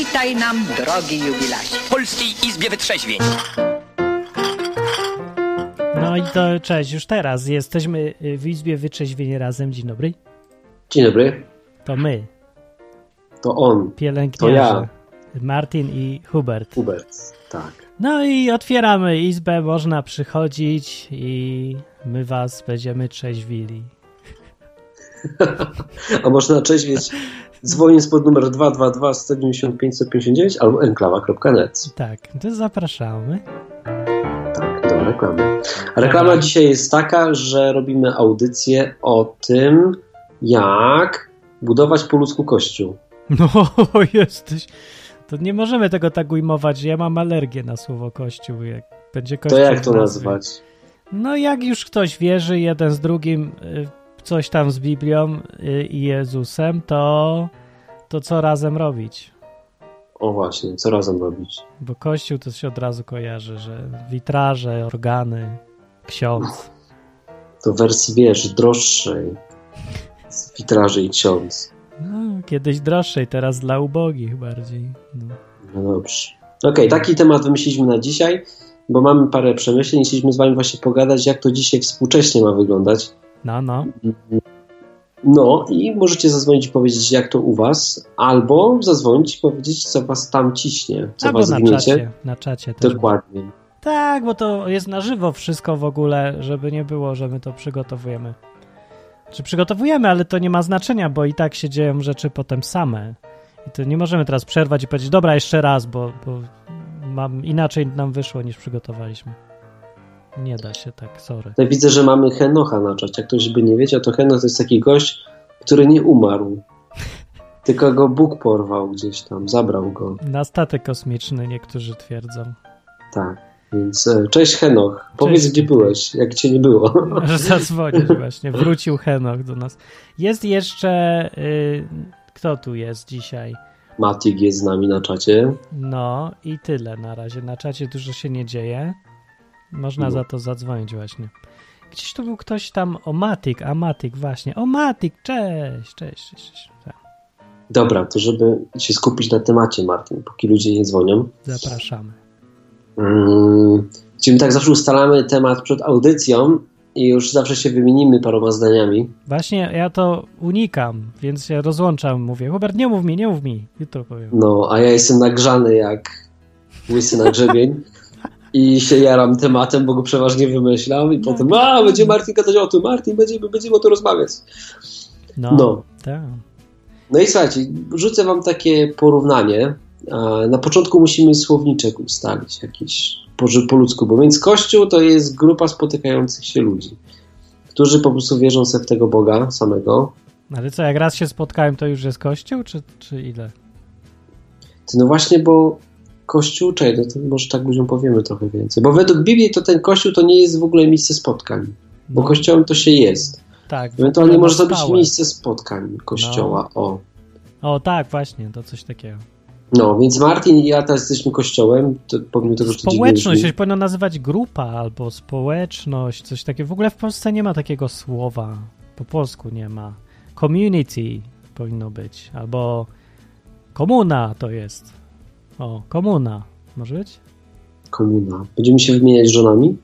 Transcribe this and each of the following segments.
Witaj nam, drogi jubilacie. W Polskiej Izbie Wytrzeźwień. No i to cześć, już teraz jesteśmy w Izbie Wytrzeźwień razem. Dzień dobry. Dzień dobry. To my. To on. Pielęgniarze. To ja. Martin i Hubert. Hubert, tak. No i otwieramy izbę, można przychodzić i my was będziemy trzeźwili. A można trzeźwieć dzwoniąc pod numer 222 195 159 albo enklawa.net. Tak, to zapraszamy. Tak, do reklamy. A reklama dzisiaj jest taka, że robimy audycję o tym, jak budować po ludzku kościół. No, jesteś... To nie możemy tego tak ujmować, że ja mam alergię na słowo kościół. Jak będzie kościół, to jak to nazwać? No jak już ktoś wierzy jeden z drugim coś tam z Biblią i Jezusem, to co razem robić? O właśnie, co razem robić? Bo kościół to się od razu kojarzy, że witraże, organy, ksiądz. To w wersji, wiesz, droższej. Z witraży i ksiądz. No, kiedyś droższej, teraz dla ubogich bardziej. No dobrze. Okej, taki temat wymyśliliśmy na dzisiaj, bo mamy parę przemyśleń. Chcieliśmy z wami właśnie pogadać, jak to dzisiaj współcześnie ma wyglądać. No. No i możecie zadzwonić i powiedzieć, jak to u was, albo zadzwonić i powiedzieć, co was tam ciśnie, co albo was gniecie. Na czacie też. Dokładnie. Tak, bo to jest na żywo wszystko w ogóle, żeby nie było, że my to przygotowujemy. Czy przygotowujemy, ale to nie ma znaczenia, bo i tak się dzieją rzeczy potem same. I to nie możemy teraz przerwać i powiedzieć, dobra, jeszcze raz, bo inaczej nam wyszło niż przygotowaliśmy. Nie da się tak, sorry. Ja widzę, że mamy Henocha na czacie. Jak ktoś by nie wiedział, to Henoch to jest taki gość, który nie umarł. Tylko go Bóg porwał gdzieś tam, zabrał go. Na statek kosmiczny niektórzy twierdzą. Tak, więc cześć Henoch. Powiedz, gdzie byłeś, jak cię nie było. Może zadzwonić właśnie. Wrócił Henoch do nas. Jest jeszcze... kto tu jest dzisiaj? Matik jest z nami na czacie. No i tyle na razie. Na czacie dużo się nie dzieje. Można za to zadzwonić właśnie. Gdzieś tu był ktoś tam o Matik właśnie. O Matik, cześć. Tak. Dobra, to żeby się skupić na temacie, Martin, póki ludzie nie dzwonią. Zapraszamy. Czyli tak zawsze ustalamy temat przed audycją i już zawsze się wymienimy paroma zdaniami. Właśnie ja to unikam, więc się rozłączam, mówię, Hubert, nie mów mi, jutro powiem. No, a ja jestem nagrzany jak łysy na grzebień i się jaram tematem, bo go przeważnie wymyślam i potem, będzie Martin gadać o tym, będziemy o tym rozmawiać. No. Tak. No i słuchajcie, rzucę wam takie porównanie. Na początku musimy słowniczek ustalić jakiś po ludzku, bo więc Kościół to jest grupa spotykających się ludzi, którzy po prostu wierzą sobie w tego Boga samego. Ale co, jak raz się spotkałem, to już jest Kościół, czy ile? No właśnie, bo Kościół, to może tak ludziom powiemy trochę więcej, bo według Biblii to ten Kościół to nie jest w ogóle miejsce spotkań, bo Kościołem to się jest. Tak. Ewentualnie może to być miejsce spotkań Kościoła, O tak, właśnie, to coś takiego. No, więc Martin i ja teraz jesteśmy Kościołem, to pomimo tego, że to społeczność się powinno nazywać grupa albo społeczność, coś takiego. W ogóle w Polsce nie ma takiego słowa. Po polsku nie ma. Community powinno być. Albo komuna to jest. O, komuna. Może być? Komuna. Będziemy się wymieniać żonami?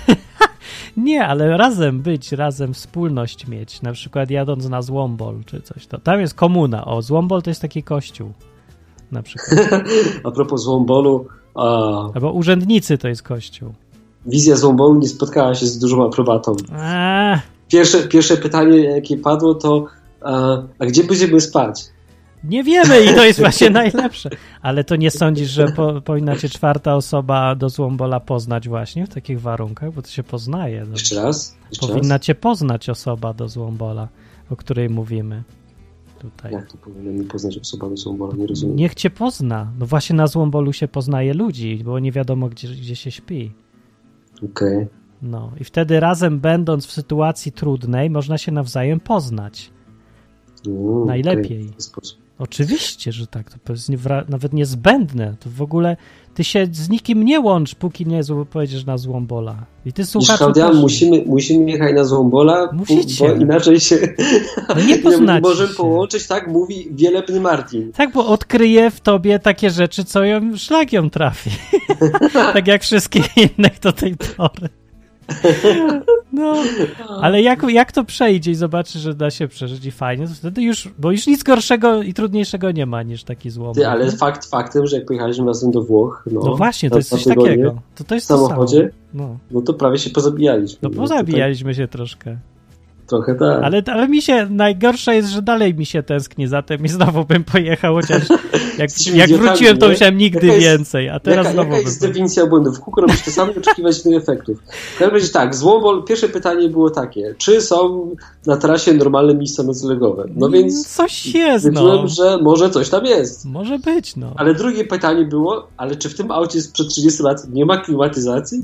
Nie, ale razem wspólność mieć. Na przykład jadąc na Złombol czy coś. To tam jest komuna. O, Złombol to jest taki kościół. Na przykład. A propos Złombolu. Albo urzędnicy to jest kościół. Wizja Złombolu nie spotkała się z dużą aprobatą. Pierwsze pytanie, jakie padło, to a gdzie będziemy spać? Nie wiemy i to jest właśnie najlepsze. Ale to nie sądzisz, że powinna cię czwarta osoba do Złombola poznać właśnie w takich warunkach? Bo to się poznaje. Jeszcze raz? Powinna cię poznać osoba do Złombola, o której mówimy. Tutaj. Jak to powinna mi poznać osoba do Złombola? Nie rozumiem. Niech cię pozna. No właśnie na Złombolu się poznaje ludzi, bo nie wiadomo, gdzie się śpi. Okej. No i wtedy razem będąc w sytuacji trudnej, można się nawzajem poznać. Najlepiej. W ten sposób. Oczywiście, że tak. To jest nawet niezbędne. To w ogóle ty się z nikim nie łącz, póki nie pojedziesz na Złombola. I ty słuchaczu Klaudian, też... musimy jechać na Złombola, Musicie. bo inaczej się No nie poznacie możemy się. połączyć, tak mówi Wielebny Martin. Tak, bo odkryje w tobie takie rzeczy, co ją szlakiem trafi. Tak jak wszystkich innych do tej pory. No, ale jak to przejdzie i zobaczy, że da się przeżyć i fajnie, to wtedy już, bo już nic gorszego i trudniejszego nie ma niż taki złom. Ale faktem, że jak pojechaliśmy razem do Włoch, no właśnie, to jest coś takiego. To jest w samochodzie, to samo. No to prawie się pozabijaliśmy. No pozabijaliśmy się troszkę. Trochę tak. Ale mi się, najgorsze jest, że dalej mi się tęskni za tym i znowu bym pojechał, chociaż jak wróciłem, to myślałem nigdy więcej, a teraz znowu jaka jest definicja błędów? W kółko robisz to samo i oczekiwać tych efektów. W każdym razie tak, Złombol, pierwsze pytanie było takie, czy są na trasie normalne miejsca noclegowe? No więc coś jest, wiedziałem, że może coś tam jest. Może być, no. Ale drugie pytanie było, ale czy w tym aucie sprzed 30 lat nie ma klimatyzacji?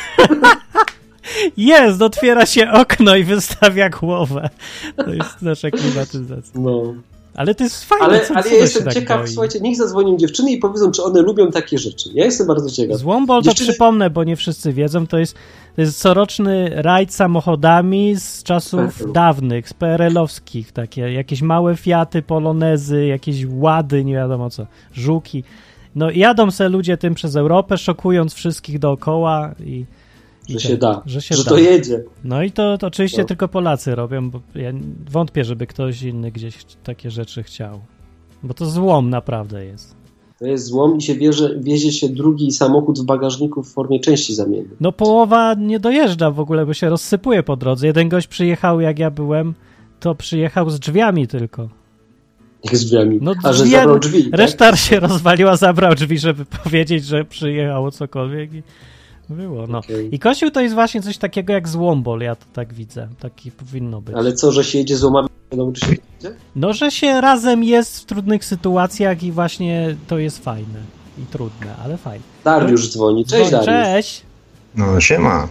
Jest, otwiera się okno i wystawia głowę. To jest nasza klimatyzacja. No. Ale to jest fajne. Ale ja jestem ciekaw, słuchajcie, niech zadzwonią dziewczyny i powiedzą, czy one lubią takie rzeczy. Ja jestem bardzo ciekaw. Złombol to przypomnę, bo nie wszyscy wiedzą, to jest coroczny rajd samochodami z czasów dawnych, z PRL-owskich, takie jakieś małe Fiaty, Polonezy, jakieś Łady, nie wiadomo co, Żuki. No jadą se ludzie tym przez Europę, szokując wszystkich dookoła i że się da, że da. To jedzie. No i to oczywiście tylko Polacy robią, bo ja wątpię, żeby ktoś inny gdzieś takie rzeczy chciał. Bo to złom naprawdę jest. To jest złom i się wiezie się drugi samochód w bagażniku w formie części zamiennej. No połowa nie dojeżdża w ogóle, bo się rozsypuje po drodze. Jeden gość przyjechał, jak ja byłem, to przyjechał z drzwiami tylko. Jak z drzwiami? No, że zabrał drzwi, reszta się rozwaliła, zabrał drzwi, żeby powiedzieć, że przyjechało cokolwiek i było, no. Okay. I Kościół to jest właśnie coś takiego jak Złombol, ja to tak widzę. Taki powinno być. Ale co, że się jedzie złomami? Wiadomo, czy się jedzie? No, że się razem jest w trudnych sytuacjach i właśnie to jest fajne. I trudne, ale fajne. Dariusz dzwoni. Cześć, Dariusz. Cześć. No, siema.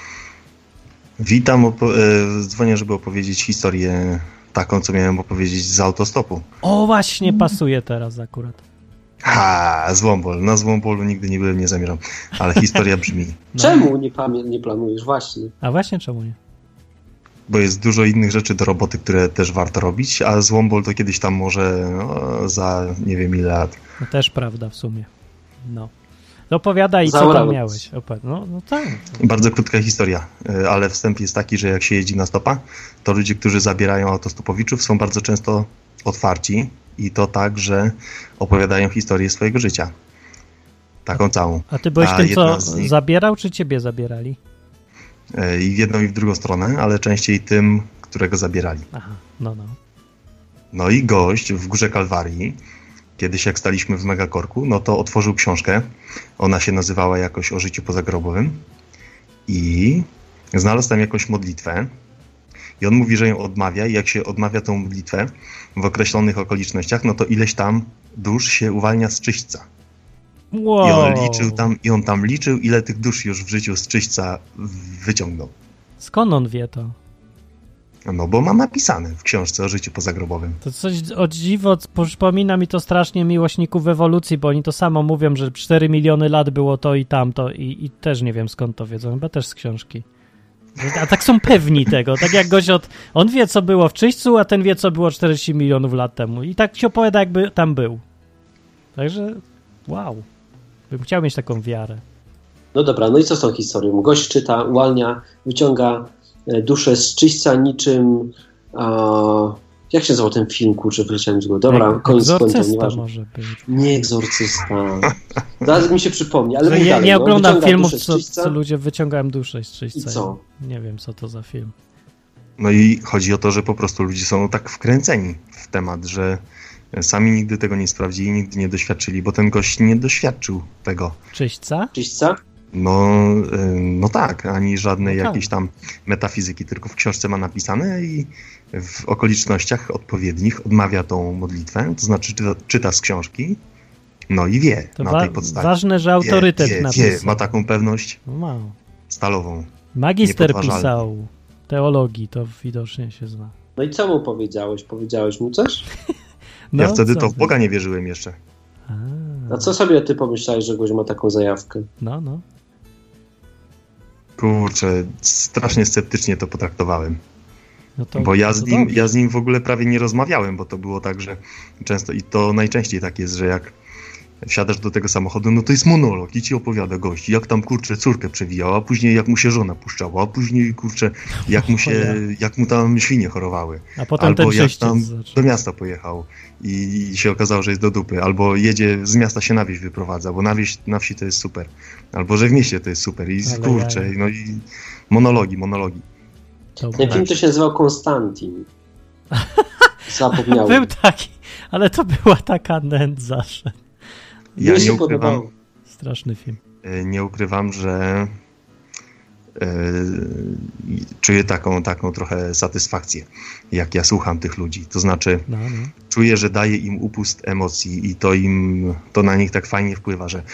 Witam. Dzwonię, żeby opowiedzieć historię taką, co miałem opowiedzieć z autostopu. O, właśnie pasuje teraz akurat. Złombol. Na Złombolu nigdy nie byłem, nie zamierzam. Ale historia brzmi. No. Czemu nie planujesz? Właśnie. A właśnie czemu nie? Bo jest dużo innych rzeczy do roboty, które też warto robić, a Złombol to kiedyś tam może za nie wiem ile lat. No też prawda w sumie. No. Opowiadaj, co tam miałeś. No tak. Bardzo krótka historia, ale wstęp jest taki, że jak się jeździ na stopa, to ludzie, którzy zabierają autostopowiczów, są bardzo często otwarci i to tak, że opowiadają historię swojego życia. Taką całą. A ty byłeś tym, co zabierał, czy ciebie zabierali? I w jedną i w drugą stronę, ale częściej tym, którego zabierali. Aha, no. No i gość w Górze Kalwarii, kiedyś jak staliśmy w Megakorku, no to otworzył książkę. Ona się nazywała jakoś o życiu pozagrobowym i znalazł tam jakąś modlitwę. I on mówi, że ją odmawia i jak się odmawia tą modlitwę w określonych okolicznościach, no to ileś tam dusz się uwalnia z czyśćca. Wow. I on tam liczył, ile tych dusz już w życiu z czyśćca wyciągnął. Skąd on wie to? No bo ma napisane w książce o życiu pozagrobowym. To coś o dziwo, przypomina mi to strasznie miłośników ewolucji, bo oni to samo mówią, że 4 miliony lat było to i tamto i też nie wiem skąd to wiedzą, chyba też z książki. A tak są pewni tego, tak jak gość on wie co było w czyśćcu, a ten wie co było 40 milionów lat temu i tak się opowiada jakby tam był. Także wow, bym chciał mieć taką wiarę. No dobra, no i co z tą historią? Gość czyta, uwalnia, wyciąga duszę z czyśćca niczym jak się nazywał ten film, kurczę, wyleciałem z głowy. Dobra, koniec końców, nieważne. Może być. Nie Egzorcysta. Zaraz mi się przypomni, ale nie oglądam filmów, co ludzie wyciągają duszę z czyśćca. I co? Nie wiem, co to za film. No i chodzi o to, że po prostu ludzie są tak wkręceni w temat, że sami nigdy tego nie sprawdzili, nigdy nie doświadczyli, bo ten gość nie doświadczył tego. Czyśćca? Czyśćca? No tak, ani żadnej jakiejś tam metafizyki, tylko w książce ma napisane i w okolicznościach odpowiednich odmawia tą modlitwę, to znaczy czyta z książki, no i wie to na tej podstawie. Ważne, że autorytet napisał. Ma taką pewność stalową. Magister pisał teologii, to widocznie się zna. No i co mu powiedziałeś? Powiedziałeś mu coś? No, ja wtedy co to w ty? Boga nie wierzyłem jeszcze. A co sobie ty pomyślałeś, że gość ma taką zajawkę? No. Kurczę, strasznie sceptycznie to potraktowałem. No to, Bo ja to z dobrze. nim w ogóle prawie nie rozmawiałem, bo to było tak, że często, i to najczęściej tak jest, że jak wsiadasz do tego samochodu, no to jest monolog i ci opowiada gość, jak tam, kurczę, córkę przewijał, a później jak mu się żona puszczała, a później, kurczę, jak mu tam świnie chorowały. A potem Albo ten jak czyściec tam zaczął. do miasta pojechał i się okazało, że jest do dupy. Albo jedzie z miasta się na wieś wyprowadza, bo na wsi to jest super. Albo że w mieście to jest super. I Ale kurczę, jaja. no i monologi. Dobra. Ten film to się nazywał Konstantin. Zapomniałem. Był taki, ale to była taka nędza, że Ja Mi się nie ukrywam, podobało. straszny film. że czuję taką trochę satysfakcję, jak ja słucham tych ludzi. To znaczy, No. czuję, że daję im upust emocji i to na nich tak fajnie wpływa, że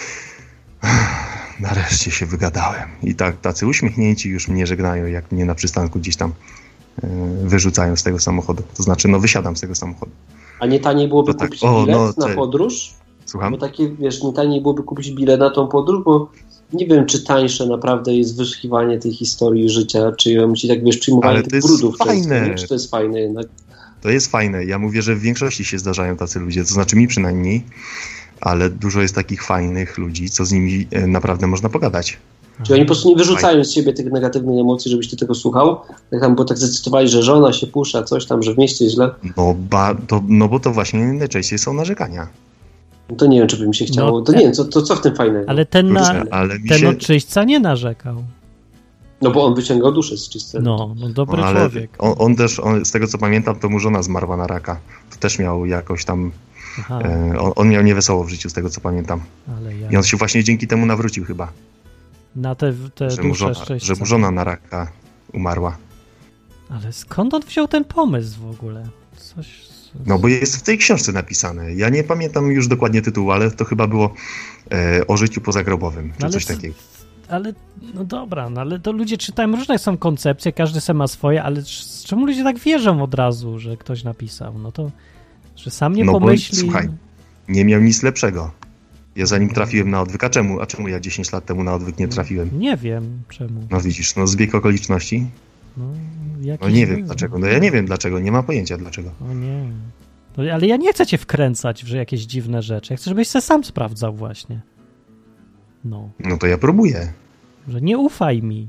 nareszcie się wygadałem. I tacy uśmiechnięci już mnie żegnają, jak mnie na przystanku gdzieś tam wyrzucają z tego samochodu. To znaczy, no wysiadam z tego samochodu. A nie taniej byłoby To tak, kupić o, bilet no, na podróż? Słucham? Bo takie, wiesz, nie taniej byłoby kupić bilet na tą podróż, bo nie wiem, czy tańsze naprawdę jest wyszukiwanie tej historii życia, czy ci tak, wiesz, przyjmowanie Ale to tych jest brudów fajne. często, nie? Czy to jest fajne jednak? To jest fajne. Ja mówię, że w większości się zdarzają tacy ludzie, to znaczy mi przynajmniej, ale dużo jest takich fajnych ludzi, co z nimi naprawdę można pogadać. Czyli oni po prostu nie wyrzucają z siebie tych negatywnych emocji, żebyś ty tego słuchał? Tak tam, bo tak zacytowali, że żona się pusza, coś tam, że w mieście jest źle. Bo to właśnie najczęściej są narzekania. No to nie wiem, czy by mi się chciało. No, to nie wiem, co w tym fajnego? Ale ten, Kurczę, ale mi ten się... od czyśćca nie narzekał. No bo on wyciągał duszę z czystego. No dobry ale człowiek. on też, z tego co pamiętam, to mu żona zmarła na raka. To też miał jakoś tam... Aha, On miał niewesoło w życiu, z tego co pamiętam. ale ja. I on się właśnie dzięki temu nawrócił chyba. Na te Że mu dusze z czyśćca. że mu żona na raka umarła. Ale skąd on wziął ten pomysł w ogóle? No bo jest w tej książce napisane. Ja nie pamiętam już dokładnie tytułu, ale to chyba było o życiu pozagrobowym, czy Ale coś co- takiego. Ale, no dobra, no ale to ludzie czytają, różne są koncepcje, każdy se ma swoje, ale czemu ludzie tak wierzą od razu, że ktoś napisał? No to, że sam nie No bo, pomyśli... słuchaj, nie miał nic lepszego. Ja zanim trafiłem na odwyk, a czemu ja 10 lat temu na odwyk nie trafiłem? Nie wiem czemu. No widzisz, no zbieg okoliczności. No, No jakiś nie wiem był. dlaczego. No ja nie wiem dlaczego, nie ma pojęcia dlaczego. O nie. No, ale ja nie chcę cię wkręcać w jakieś dziwne rzeczy. Ja chcę, żebyś se sam sprawdzał właśnie. No, No to ja próbuję. że nie ufaj mi.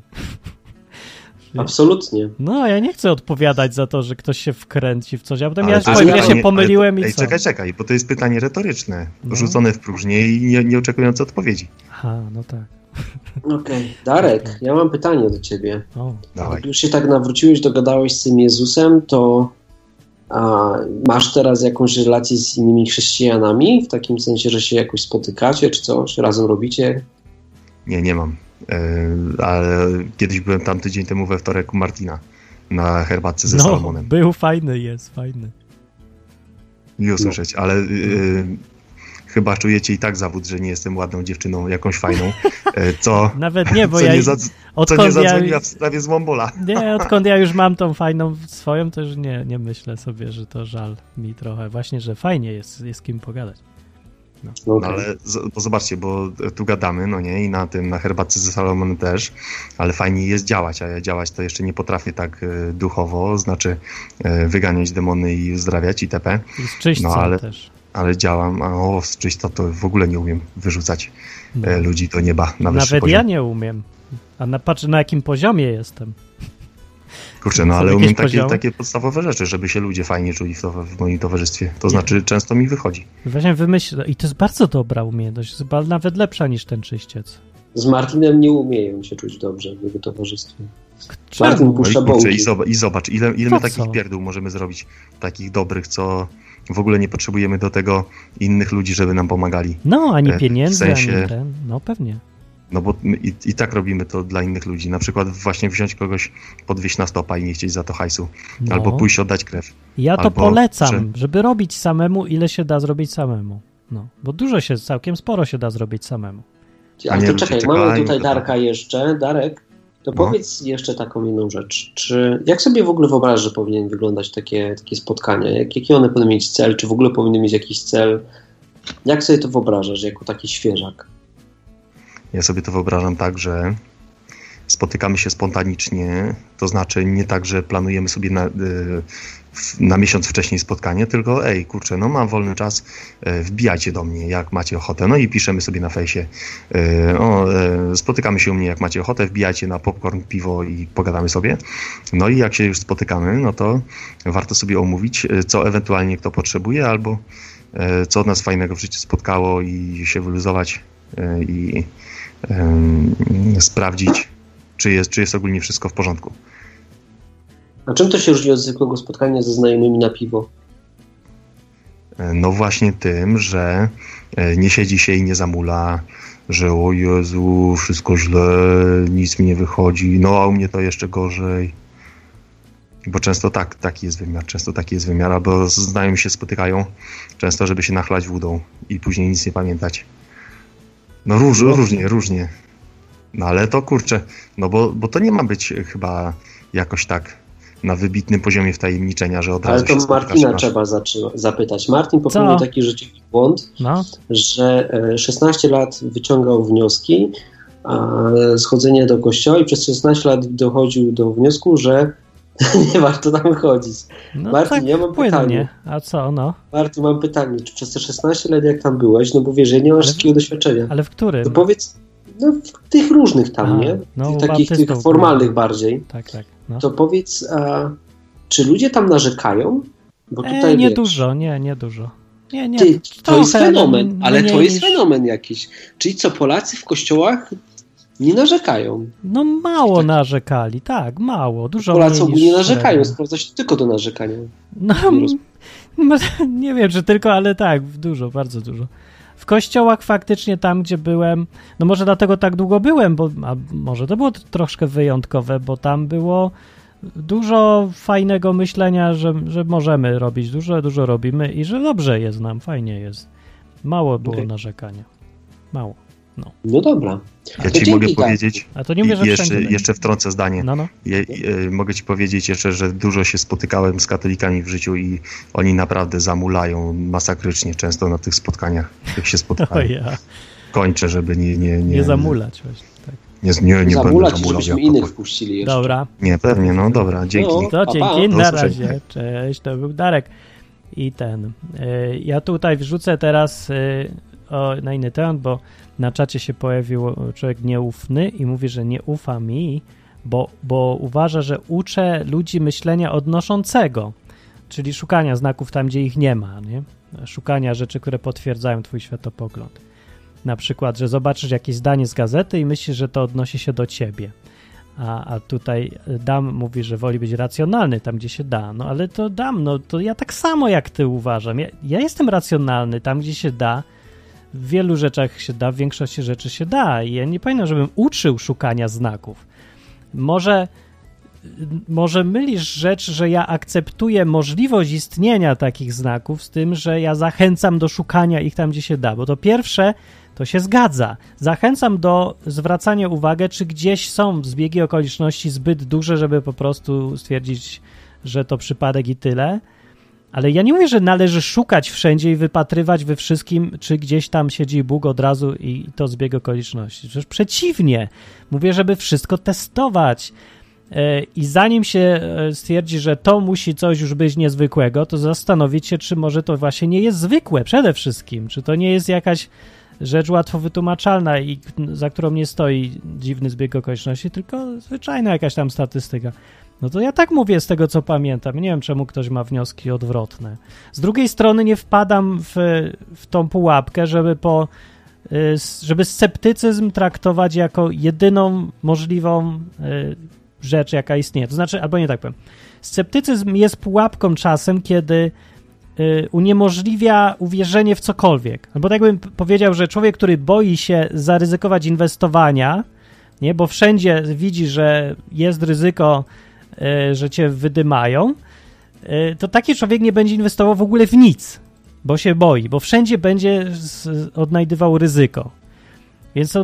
Absolutnie. No, ja nie chcę odpowiadać za to, że ktoś się wkręci w coś, a potem Ale ja to jest powiem, ja pytanie- się pomyliłem ale i to, co? Czekaj, bo to jest pytanie retoryczne. No. Rzucone w próżnię i nie oczekujące odpowiedzi. Aha, no tak. Okej. Darek, ja mam pytanie do ciebie. O, Dawaj. Jak już się tak nawróciłeś, dogadałeś z tym Jezusem, to masz teraz jakąś relację z innymi chrześcijanami? W takim sensie, że się jakoś spotykacie, czy coś, razem robicie? Nie mam. Ale kiedyś byłem tam tydzień temu we wtorek u Martina na herbatce ze no, Salomonem. był fajny, jest fajny. Miło słyszeć, ale chyba czujecie i tak zawód, że nie jestem ładną dziewczyną, jakąś fajną, co, Nawet nie, bo co, ja... nie, co nie odkąd ja... zadzwoniła w sprawie złombola. Nie, odkąd ja już mam tą fajną swoją, to już nie myślę sobie, że to żal mi trochę. Właśnie, że fajnie jest z kim pogadać. No, No okej. ale bo zobaczcie, bo tu gadamy, no nie, i na herbatce ze Salomonem też, ale fajnie jest działać, a ja działać to jeszcze nie potrafię tak duchowo, znaczy wyganiać demony i uzdrawiać itp., I z czyśćcem No, ale- też. ale działam, a z czyśćca to w ogóle nie umiem wyrzucać No. ludzi do nieba na wyższy Nawet poziom. ja nie umiem. A patrzę, na jakim poziomie jestem. Kurczę, no Są ale jakieś umiem poziomy? takie podstawowe rzeczy, żeby się ludzie fajnie czuli w moim towarzystwie. To znaczy często mi wychodzi. Właśnie wymyślę. I to jest bardzo dobra umiejętność. Chyba nawet lepsza niż ten czyściec. Z Martinem nie umieją się czuć dobrze w jego towarzystwie. Czemu? Martin No puszcza i, kurczę, bołki. i zobacz, ile Po my takich co? pierdół możemy zrobić, takich dobrych, co w ogóle nie potrzebujemy do tego innych ludzi, żeby nam pomagali. No, ani w pieniędzy, sensie- ani ten. No pewnie. No bo my i tak robimy to dla innych ludzi. Na przykład właśnie wziąć kogoś, podwieźć na stopa i nie chcieć za to hajsu. No. Albo pójść oddać krew. Ja to albo- polecam, żeby robić samemu, ile się da zrobić samemu. No, bo dużo się, całkiem sporo się da zrobić samemu. Ale nie, to ludzie czekaj, czekają, mamy tutaj to Darka jeszcze. Darek, To powiedz jeszcze taką jedną rzecz. Jak sobie w ogóle wyobrażasz, że powinien wyglądać takie spotkania? Jaki one powinny mieć cel? Czy w ogóle powinny mieć jakiś cel? Jak sobie to wyobrażasz jako taki świeżak? Ja sobie to wyobrażam tak, że spotykamy się spontanicznie, to znaczy nie tak, że planujemy sobie na miesiąc wcześniej spotkanie, tylko kurczę, no mam wolny czas, wbijajcie do mnie, jak macie ochotę. No i piszemy sobie na fejsie, spotykamy się u mnie, jak macie ochotę, wbijajcie na popcorn, piwo i pogadamy sobie. No i jak się już spotykamy, no to warto sobie omówić, co ewentualnie kto potrzebuje, albo co od nas fajnego w życiu spotkało i się wyluzować i sprawdzić, czy jest ogólnie wszystko w porządku. A czym to się różni od zwykłego spotkania ze znajomymi na piwo? No właśnie tym, że nie siedzi się i nie zamula, że o Jezu, wszystko źle, nic mi nie wychodzi, no a u mnie to jeszcze gorzej. Bo często taki jest wymiar, albo znajomi się spotykają często, żeby się nachlać wódą i później nic nie pamiętać. No różnie. No ale to kurczę, no bo to nie ma być chyba jakoś tak na wybitnym poziomie wtajemniczenia, że od razu. Ale to Martina trzeba zapytać. Martin popełnił taki życiowy błąd, że 16 lat wyciągał wnioski, schodzenie do kościoła i przez 16 lat dochodził do wniosku, że nie warto tam chodzić. No Martin, tak, ja mam pytanie. A co, no? Martin, mam pytanie, czy przez te 16 lat jak tam byłeś, no bo wiesz, że nie masz takiego doświadczenia. Ale w którym? To powiedz, no w tych różnych tam, nie? No, tych formalnych bardziej. Tak. No. To powiedz, czy ludzie tam narzekają? Bo tutaj nie dużo. Nie. To jest fenomen, ale to jest fenomen jakiś. Czyli co, Polacy w kościołach nie narzekają? No mało narzekali, tak, mało. Dużo Polacy ogólnie narzekają, sprawdza się tylko do narzekania. No, nie wiem, czy tylko, ale tak, dużo, bardzo dużo. W kościołach faktycznie tam, gdzie byłem, no może dlatego tak długo byłem, a może to było troszkę wyjątkowe, bo tam było dużo fajnego myślenia, że możemy robić dużo robimy i że dobrze jest nam, fajnie jest. Mało było narzekania. Mało. No dobra. Ja ci mogę powiedzieć, a to nie mówię, że jeszcze wtrącę zdanie. No. Mogę ci powiedzieć jeszcze, że dużo się spotykałem z katolikami w życiu i oni naprawdę zamulają masakrycznie często na tych spotkaniach, jak się spotykają. Kończę, żeby nie zamulać właśnie. Tak. Nie zamulać, żebyśmy innych wpuścili jeszcze. Dobra. Nie, pewnie, no dobra, dzięki. Dzięki, na razie. Cześć, to był Darek. I ja tutaj wrzucę teraz na inny temat, bo na czacie się pojawił człowiek nieufny i mówi, że nie ufa mi, bo uważa, że uczę ludzi myślenia odnoszącego, czyli szukania znaków tam, gdzie ich nie ma, nie? Szukania rzeczy, które potwierdzają twój światopogląd. Na przykład, że zobaczysz jakieś zdanie z gazety i myślisz, że to odnosi się do ciebie. A tutaj Dam mówi, że woli być racjonalny tam, gdzie się da. No ale to Dam, no to ja tak samo jak ty uważam. Ja jestem racjonalny tam, gdzie się da. W wielu rzeczach się da, w większości rzeczy się da. I ja nie pamiętam, żebym uczył szukania znaków. Może mylisz rzecz, że ja akceptuję możliwość istnienia takich znaków z tym, że ja zachęcam do szukania ich tam, gdzie się da. Bo to pierwsze, to się zgadza. Zachęcam do zwracania uwagi, czy gdzieś są zbiegi okoliczności zbyt duże, żeby po prostu stwierdzić, że to przypadek i tyle. Ale ja nie mówię, że należy szukać wszędzie i wypatrywać we wszystkim, czy gdzieś tam siedzi Bóg od razu i to zbieg okoliczności. Przecież przeciwnie. Mówię, żeby wszystko testować. I zanim się stwierdzi, że to musi coś już być niezwykłego, to zastanowić się, czy może to właśnie nie jest zwykłe przede wszystkim. Czy to nie jest jakaś rzecz łatwo wytłumaczalna i za którą nie stoi dziwny zbieg okoliczności, tylko zwyczajna jakaś tam statystyka. No to ja tak mówię z tego, co pamiętam. Nie wiem, czemu ktoś ma wnioski odwrotne. Z drugiej strony nie wpadam w tą pułapkę, żeby sceptycyzm traktować jako jedyną możliwą rzecz, jaka istnieje. To znaczy, albo nie tak powiem. Sceptycyzm jest pułapką czasem, kiedy uniemożliwia uwierzenie w cokolwiek. Albo tak bym powiedział, że człowiek, który boi się zaryzykować inwestowania, nie, bo wszędzie widzi, że jest ryzyko, że cię wydymają, to taki człowiek nie będzie inwestował w ogóle w nic, bo się boi, bo wszędzie będzie odnajdywał ryzyko. Więc to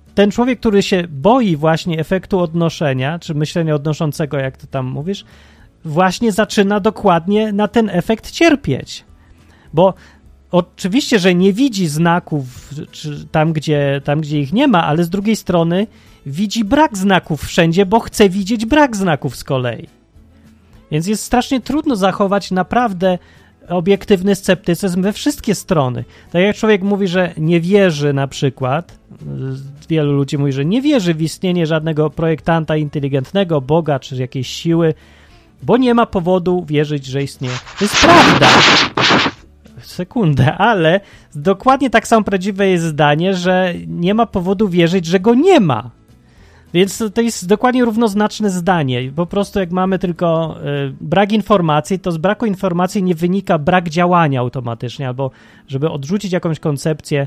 ten człowiek, który się boi właśnie efektu odnoszenia, czy myślenia odnoszącego, jak ty tam mówisz, właśnie zaczyna dokładnie na ten efekt cierpieć. Bo oczywiście, że nie widzi znaków czy tam, gdzie ich nie ma, ale z drugiej strony widzi brak znaków wszędzie, bo chce widzieć brak znaków z kolei. Więc jest strasznie trudno zachować naprawdę obiektywny sceptycyzm we wszystkie strony. Tak jak człowiek mówi, że nie wierzy na przykład, wielu ludzi mówi, że nie wierzy w istnienie żadnego projektanta inteligentnego, Boga czy jakiejś siły, bo nie ma powodu wierzyć, że istnieje. To jest prawda. Sekundę, ale dokładnie tak samo prawdziwe jest zdanie, że nie ma powodu wierzyć, że go nie ma. Więc to jest dokładnie równoznaczne zdanie. Po prostu jak mamy tylko brak informacji, to z braku informacji nie wynika brak działania automatycznie, albo żeby odrzucić jakąś koncepcję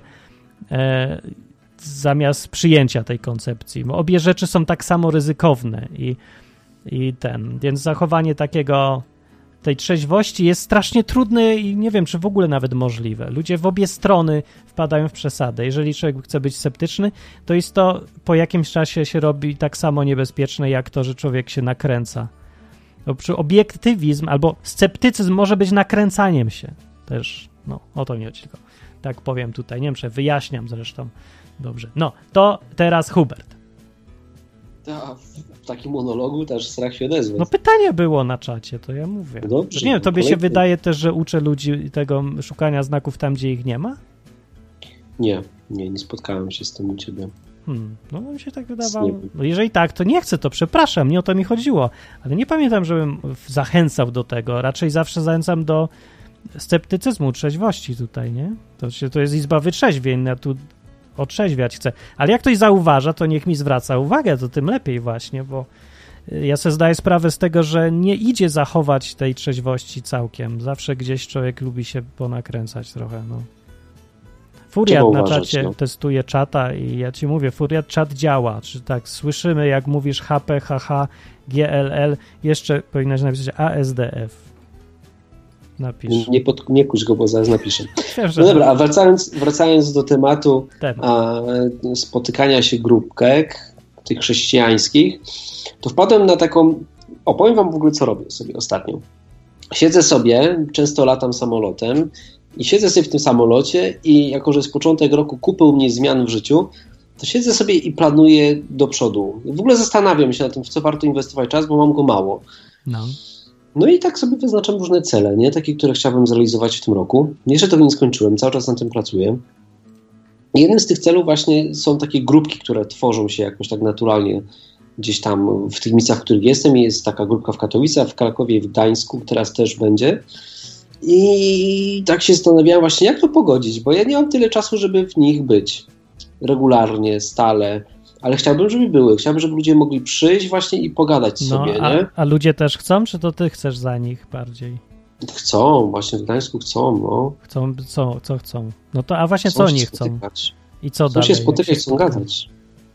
zamiast przyjęcia tej koncepcji. Bo obie rzeczy są tak samo ryzykowne więc zachowanie tej trzeźwości jest strasznie trudne i nie wiem, czy w ogóle nawet możliwe. Ludzie w obie strony wpadają w przesadę. Jeżeli człowiek chce być sceptyczny, to jest to po jakimś czasie się robi tak samo niebezpieczne, jak to, że człowiek się nakręca. Bo przy obiektywizm albo sceptycyzm może być nakręcaniem się. Też, o to mi chodzi tylko. Tak powiem tutaj, nie wiem, czy wyjaśniam zresztą. Dobrze. To teraz Hubert. W takim monologu też strach się odezwać. Pytanie było na czacie, to ja mówię. Dobrze, nie wiem, tobie się wydaje też, że uczę ludzi tego szukania znaków tam, gdzie ich nie ma? Nie spotkałem się z tym u ciebie. Mi się tak wydawało. Jeżeli tak, to nie chcę, to przepraszam, nie o to mi chodziło. Ale nie pamiętam, żebym zachęcał do tego. Raczej zawsze zachęcam do sceptycyzmu, trzeźwości tutaj, nie? To jest izba wytrzeźwień, ja tu otrzeźwiać chcę. Ale jak ktoś zauważa, to niech mi zwraca uwagę, to tym lepiej właśnie, bo ja sobie zdaję sprawę z tego, że nie idzie zachować tej trzeźwości całkiem. Zawsze gdzieś człowiek lubi się ponakręcać trochę, Furiat na czacie testuje czata i ja ci mówię, Furiat czat działa. Czy tak, słyszymy jak mówisz HP, HH, GLL, jeszcze powinnaś napisać ASDF. Napisz. Nie kuś go, bo zaraz napiszę. No dobra, a wracając do tematu spotykania się grupek tych chrześcijańskich, to wpadłem na taką... Opowiem wam w ogóle, co robię sobie ostatnio. Siedzę sobie, często latam samolotem i siedzę sobie w tym samolocie i jako, że jest początek roku, kupy u mnie zmian w życiu, to siedzę sobie i planuję do przodu. W ogóle zastanawiam się na tym, w co warto inwestować czas, bo mam go mało. No i tak sobie wyznaczam różne cele, nie? Takie, które chciałbym zrealizować w tym roku. Jeszcze tego nie skończyłem, cały czas na tym pracuję. I jednym z tych celów właśnie są takie grupki, które tworzą się jakoś tak naturalnie gdzieś tam w tych miejscach, w których jestem. Jest taka grupka w Katowicach, w Krakowie i w Gdańsku, teraz też będzie. I tak się zastanawiałem właśnie, jak to pogodzić, bo ja nie mam tyle czasu, żeby w nich być regularnie, stale. Ale chciałbym, żeby były. Chciałbym, żeby ludzie mogli przyjść właśnie i pogadać sobie, nie? A ludzie też chcą, czy to ty chcesz za nich bardziej? Chcą, właśnie w Gdańsku chcą, Chcą, co chcą? A właśnie co oni chcą? Spotykać. I co chcą dalej? Się spotykać, chcą gadać.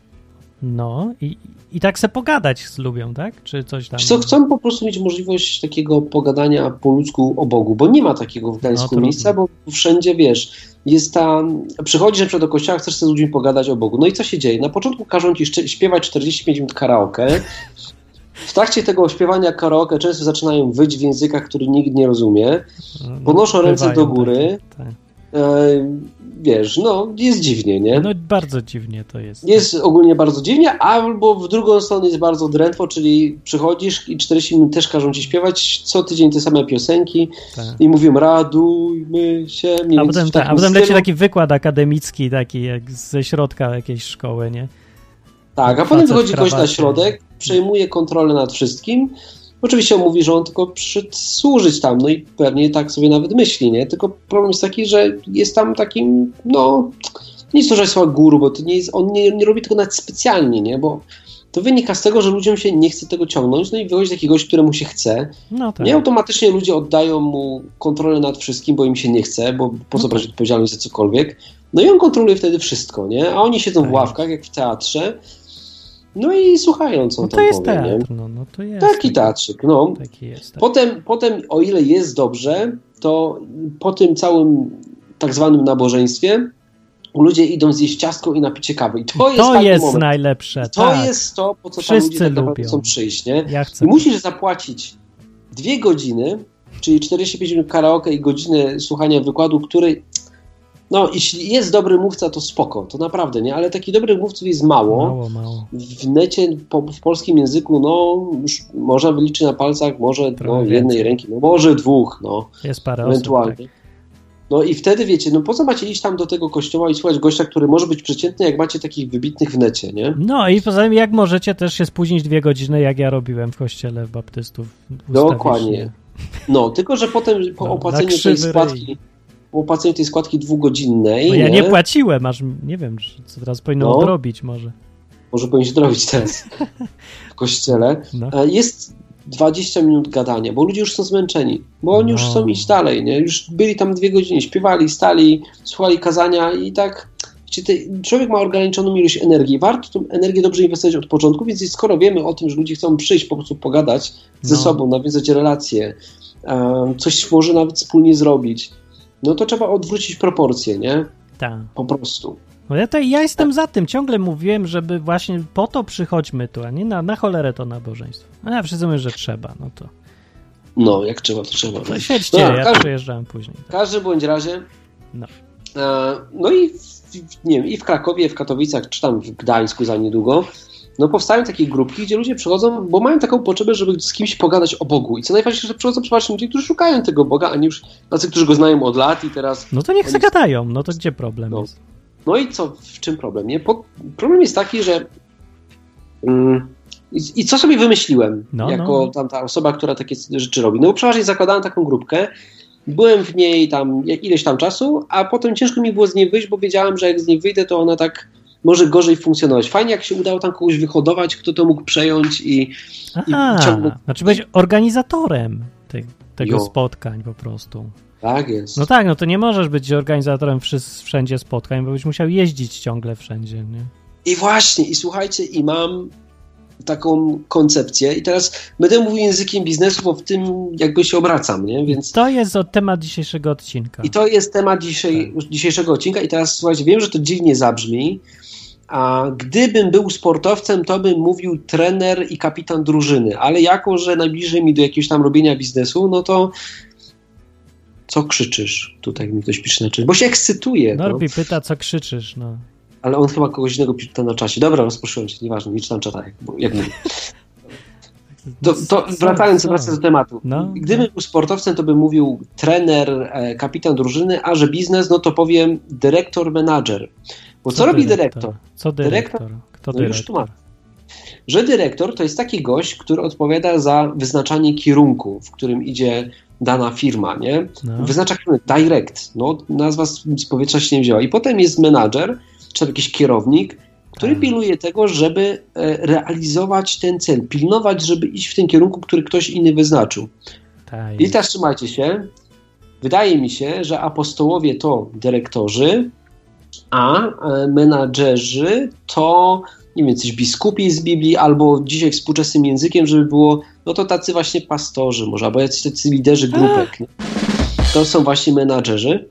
I tak se pogadać lubią, tak? Czy coś tam? Chcą po prostu mieć możliwość takiego pogadania po ludzku o Bogu, bo nie ma takiego w Gdańsku miejsca, bo wszędzie, wiesz, jest przychodzisz przed do kościoła, chcesz z ludźmi pogadać o Bogu. No i co się dzieje? Na początku każą ci śpiewać 45 minut karaoke. W trakcie tego śpiewania karaoke często zaczynają wyć w językach, który nikt nie rozumie. Podnoszą ręce do góry. Tak. Wiesz, jest dziwnie, nie? Bardzo dziwnie to jest. Jest ogólnie bardzo dziwnie, albo w drugą stronę jest bardzo drętwo, czyli przychodzisz i 40 minut też każą ci śpiewać, co tydzień te same piosenki i mówią radujmy się. A potem leci taki wykład akademicki, taki jak ze środka jakiejś szkoły, nie? Tak, a potem wychodzi ktoś na środek, przejmuje kontrolę nad wszystkim. Oczywiście on mówi, że on tylko przyszedł służyć tam, i pewnie tak sobie nawet myśli, nie? Tylko problem jest taki, że jest tam takim, nie jest to, że jest guru, bo to nie jest, on nie robi tego nawet specjalnie, nie? Bo to wynika z tego, że ludziom się nie chce tego ciągnąć, i wychodzi taki gość, któremu się chce. Tak. Nie automatycznie ludzie oddają mu kontrolę nad wszystkim, bo im się nie chce, bo po co brać odpowiedzialność za cokolwiek. I on kontroluje wtedy wszystko, nie? A oni siedzą w ławkach, jak w teatrze, i słuchają, co on tam jest powie, teatr, nie? To jest taki teatrzyk, Taki jest, tak. Potem, o ile jest dobrze, to po tym całym tak zwanym nabożeństwie ludzie idą zjeść ciastko i napić się kawy. I to jest, to jest moment. najlepsze. To jest to, po co tam ludzie tak naprawdę chcą przyjść. Nie? Ja I musisz zapłacić 2 godziny, czyli 45 minut karaoke i godzinę słuchania wykładu, który... No, jeśli jest dobry mówca, to spoko, to naprawdę, nie? Ale takich dobrych mówców jest mało. W necie, w polskim języku, no, już można wyliczyć na palcach, może jednej ręki, no może 2, no. Jest parę ewentualnie. osób, tak. No i wtedy, wiecie, no po co macie iść tam do tego kościoła i słuchać gościa, który może być przeciętny, jak macie takich wybitnych w necie, nie? No i poza tym, jak możecie też się spóźnić 2 godziny, jak ja robiłem w kościele baptystów. Dokładnie. No, tylko że potem po opłaceniu tej składki 2-godzinnej... No ja nie płaciłem, aż nie wiem, co teraz powinno odrobić może. Może powinien się odrobić teraz w kościele. No. Jest 20 minut gadania, bo ludzie już są zmęczeni, bo oni już chcą iść dalej, nie? Już byli tam 2 godziny, śpiewali, stali, słuchali kazania i tak... Człowiek ma ograniczoną ilość energii. Warto tę energię dobrze inwestować od początku, więc skoro wiemy o tym, że ludzie chcą przyjść, po prostu pogadać ze sobą, nawiązać relacje, coś może nawet wspólnie zrobić, no to trzeba odwrócić proporcje, nie? Tak. Po prostu. No ja jestem za tym. Ciągle mówiłem, żeby właśnie po to przychodźmy tu, a nie na cholerę to nabożeństwo. No ja wszyscy mówią, że trzeba, no to... No, jak trzeba, to trzeba. No świetnie, ja przyjeżdżałem później. W każdym bądź razie... No. No i nie wiem, i w Krakowie, w Katowicach, czy tam w Gdańsku za niedługo, no powstają takie grupki, gdzie ludzie przychodzą, bo mają taką potrzebę, żeby z kimś pogadać o Bogu. I co najważniejsze, że przychodzą przeważnie ludzie, którzy szukają tego Boga, a nie już tacy, którzy go znają od lat i teraz... No to niech se gadają, no to gdzie problem jest? No i co, w czym problem? Nie? Problem jest taki, że... I co sobie wymyśliłem jako ta osoba, która takie rzeczy robi? No bo przeważnie zakładałem taką grupkę, byłem w niej tam ileś tam czasu, a potem ciężko mi było z niej wyjść, bo wiedziałem, że jak z niej wyjdę, to ona tak może gorzej funkcjonować. Fajnie, jak się udało tam kogoś wyhodować, kto to mógł przejąć i znaczy być organizatorem tego spotkań po prostu. Tak jest. No tak, no to nie możesz być organizatorem wszędzie spotkań, bo byś musiał jeździć ciągle wszędzie, nie? I właśnie, i słuchajcie, i mam taką koncepcję i teraz będę mówił językiem biznesu, bo w tym jakby się obracam, nie? Więc... To jest temat dzisiejszego odcinka. I to jest temat dzisiejszego odcinka i teraz słuchajcie, wiem, że to dziwnie zabrzmi, a gdybym był sportowcem, to bym mówił trener i kapitan drużyny, ale jako, że najbliżej mi do jakiegoś tam robienia biznesu, no to co krzyczysz? Tutaj mi ktoś pisze na czacie, bo się ekscytuje. Norbi pyta, co krzyczysz, no. Ale on chyba kogoś innego pyta na czasie. Dobra, rozproszyłem się, nieważne, nie czytam czata, jak mówię. To wracając do tematu. Gdybym był sportowcem, to bym mówił trener, kapitan drużyny, a że biznes, no to powiem dyrektor, menadżer. Bo co robi dyrektor? Co dyrektor? Kto dyrektor? Już tłumaczę. Że dyrektor to jest taki gość, który odpowiada za wyznaczanie kierunku, w którym idzie dana firma, nie? Wyznacza kierunek, direct. No, nazwa z powietrza się nie wzięła. I potem jest menadżer, czy tam jakiś kierownik, który pilnuje tego, żeby realizować ten cel, pilnować, żeby iść w tym kierunku, który ktoś inny wyznaczył. I teraz trzymajcie się. Wydaje mi się, że apostołowie to dyrektorzy, a menadżerzy to, nie wiem, coś biskupi z Biblii, albo dzisiaj współczesnym językiem, żeby było, no to tacy właśnie pastorzy może, albo jacyś tacy liderzy grupek. Nie? To są właśnie menadżerzy.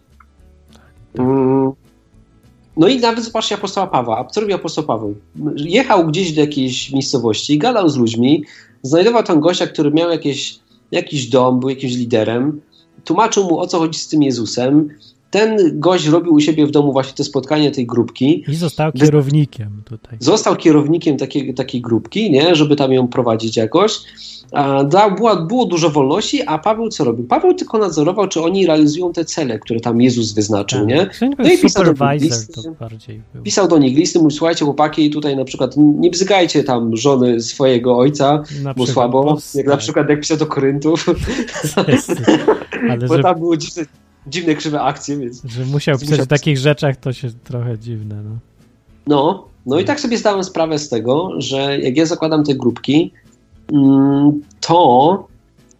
No i nawet zobaczcie apostoła Pawła. A co robił apostoł Paweł? Jechał gdzieś do jakiejś miejscowości, gadał z ludźmi, znajdował tam gościa, który miał jakiś dom, był jakimś liderem, tłumaczył mu, o co chodzi z tym Jezusem. Ten gość robił u siebie w domu właśnie te spotkanie tej grupki. I został kierownikiem tutaj. Został kierownikiem takiej grupki, nie, żeby tam ją prowadzić jakoś. Było dużo wolności, a Paweł co robił? Paweł tylko nadzorował, czy oni realizują te cele, które tam Jezus wyznaczył, nie? No i pisał do nich listy, mówił, słuchajcie chłopaki, tutaj na przykład nie bzykajcie tam żony swojego ojca, bo słabo, na przykład jak pisał do Koryntów, bo tam były dziwne, krzywe akcje, więc... Że musiał pisać o takich rzeczach, to się trochę dziwne, no. No i tak sobie zdałem sprawę z tego, że jak ja zakładam te grupki, to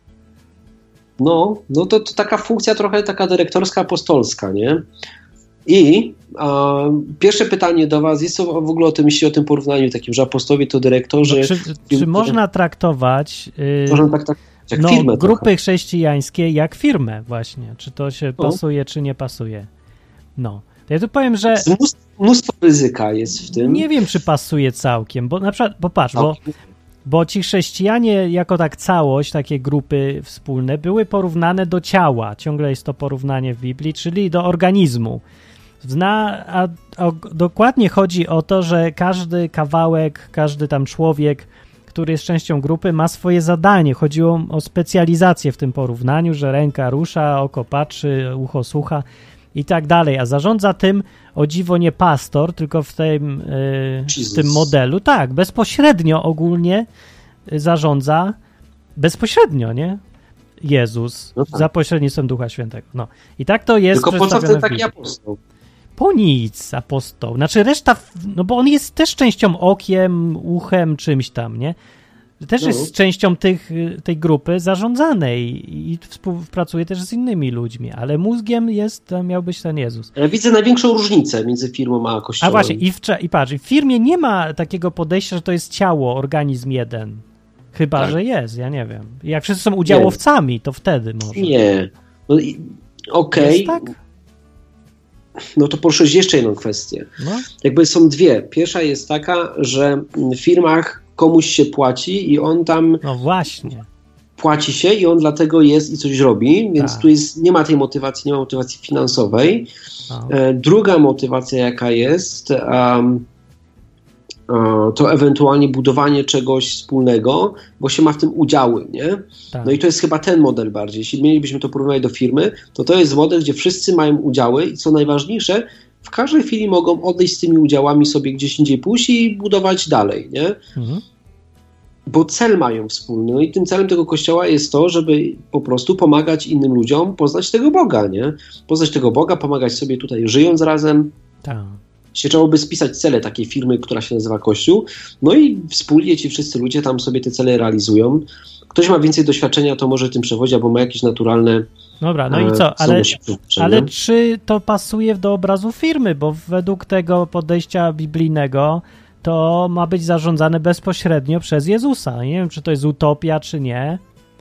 taka funkcja trochę taka dyrektorska, apostolska, nie? I pierwsze pytanie do was jest, co w ogóle myślicie o tym porównaniu takim, że apostołowie to dyrektorzy... Czy można traktować firmę grupy trochę chrześcijańskie jak firmę właśnie? Czy to się pasuje, czy nie pasuje? No. Ja tu powiem, że Mnóstwo ryzyka jest w tym. nie wiem, czy pasuje całkiem, bo na przykład, bo patrz, bo ci chrześcijanie jako tak całość, takie grupy wspólne, były porównane do ciała. Ciągle jest to porównanie w Biblii, czyli do organizmu. A dokładnie chodzi o to, że każdy kawałek, każdy tam człowiek, który jest częścią grupy, ma swoje zadanie. Chodziło o specjalizację w tym porównaniu, że ręka rusza, oko patrzy, ucho słucha i tak dalej. A zarządza tym, o dziwo, nie pastor, tylko w tym modelu. Tak, bezpośrednio ogólnie zarządza, bezpośrednio, nie? Jezus, za pośrednictwem Ducha Świętego. No. I tak to jest. Tylko po co wtedy taki apostoł? Po nic apostoł. Znaczy reszta, no bo on jest też częścią okiem, uchem, czymś tam, nie? Też jest częścią tej grupy zarządzanej i współpracuje też z innymi ludźmi, ale mózgiem miał być ten Jezus. Ja widzę największą różnicę między firmą a kościołem. A właśnie, i patrz, w firmie nie ma takiego podejścia, że to jest ciało, organizm jeden. Chyba, że jest, ja nie wiem. Jak wszyscy są udziałowcami, to wtedy może. Nie. No, okej. Tak? No to poruszyć jeszcze jedną kwestię. No. Jakby są dwie. Pierwsza jest taka, że w firmach komuś się płaci i on tam... No właśnie. Płaci się i on dlatego jest i coś robi, więc tu nie ma tej motywacji, nie ma motywacji finansowej. Druga motywacja, jaka jest, to ewentualnie budowanie czegoś wspólnego, bo się ma w tym udziały, nie? Tak. No i to jest chyba ten model bardziej. Jeśli mielibyśmy to porównać do firmy, to jest model, gdzie wszyscy mają udziały i co najważniejsze, w każdej chwili mogą odejść z tymi udziałami sobie gdzieś indziej pójść i budować dalej, nie? Mhm. Bo cel mają wspólny. No i tym celem tego kościoła jest to, żeby po prostu pomagać innym ludziom poznać tego Boga, nie? Poznać tego Boga, pomagać sobie tutaj żyjąc razem. Tak. Trzeba by spisać cele takiej firmy, która się nazywa Kościół, no i wspólnie ci wszyscy ludzie tam sobie te cele realizują. Ktoś ma więcej doświadczenia, to może tym przewodzi, albo ma jakieś naturalne... Dobra, no i co? Ale czy to pasuje do obrazu firmy? Bo według tego podejścia biblijnego to ma być zarządzane bezpośrednio przez Jezusa. Nie wiem, czy to jest utopia, czy nie.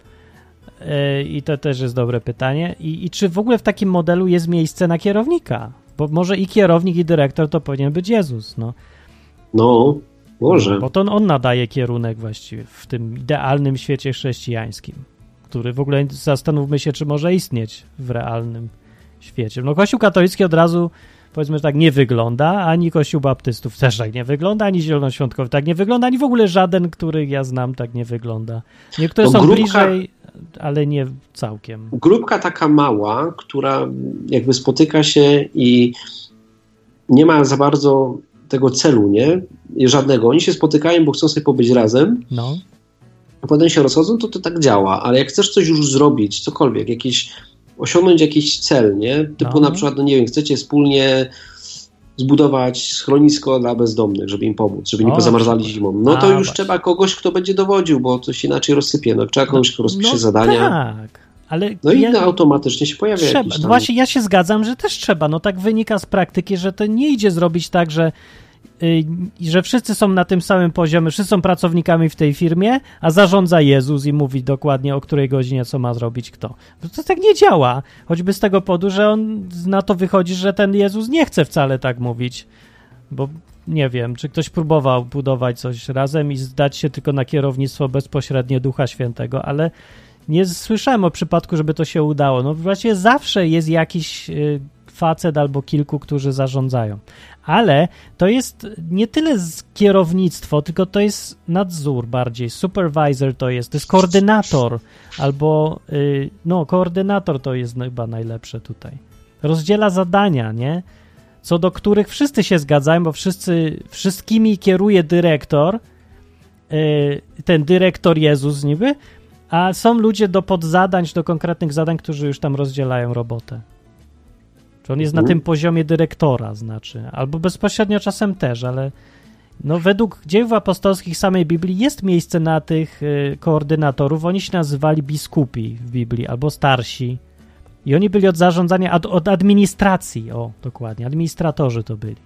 I to też jest dobre pytanie. I czy w ogóle w takim modelu jest miejsce na kierownika? Bo może i kierownik, i dyrektor to powinien być Jezus, no. No, może. Bo to on nadaje kierunek właściwie w tym idealnym świecie chrześcijańskim, który w ogóle, zastanówmy się, czy może istnieć w realnym świecie. No Kościół katolicki od razu, powiedzmy, że tak nie wygląda, ani Kościół baptystów też tak nie wygląda, ani zielonoświątkowy tak nie wygląda, ani w ogóle żaden, który ja znam, tak nie wygląda. Niektóre są bliżej, ale nie całkiem. Grupka taka mała, która jakby spotyka się i nie ma za bardzo tego celu, nie? Żadnego. Oni się spotykają, bo chcą sobie pobyć razem. No. A potem się rozchodzą, to tak działa. Ale jak chcesz coś już zrobić, cokolwiek, osiągnąć jakiś cel, nie? Typu na przykład, no nie wiem, chcecie wspólnie zbudować schronisko dla bezdomnych, żeby im pomóc, żeby nie pozamarzali zimą. No to już trzeba kogoś, kto będzie dowodził, bo coś inaczej rozsypie. No trzeba kogoś, kto rozpisze zadania. Tak. Ale i automatycznie się pojawia jakiś tam... No właśnie ja się zgadzam, że też trzeba. No tak wynika z praktyki, że to nie idzie zrobić tak, że wszyscy są na tym samym poziomie, wszyscy są pracownikami w tej firmie, a zarządza Jezus i mówi dokładnie, o której godzinie co ma zrobić kto. To tak nie działa. Choćby z tego powodu, że on na to wychodzi, że ten Jezus nie chce wcale tak mówić. Bo nie wiem, czy ktoś próbował budować coś razem i zdać się tylko na kierownictwo bezpośrednie Ducha Świętego, ale nie słyszałem o przypadku, żeby to się udało. No właściwie zawsze jest jakiś facet albo kilku, którzy zarządzają. Ale to jest nie tyle kierownictwo, tylko to jest nadzór bardziej. Supervisor to jest koordynator albo koordynator to jest chyba najlepsze tutaj. Rozdziela zadania, nie? Co do których wszyscy się zgadzają, bo wszystkimi kieruje dyrektor, ten dyrektor Jezus niby, a są ludzie do podzadań, do konkretnych zadań, którzy już tam rozdzielają robotę. Czy on jest na tym poziomie dyrektora, znaczy, albo bezpośrednio czasem też, ale no według dziejów apostolskich samej Biblii jest miejsce na tych koordynatorów. Oni się nazywali biskupi w Biblii, albo starsi. I oni byli od zarządzania, od administracji, dokładnie, administratorzy to byli.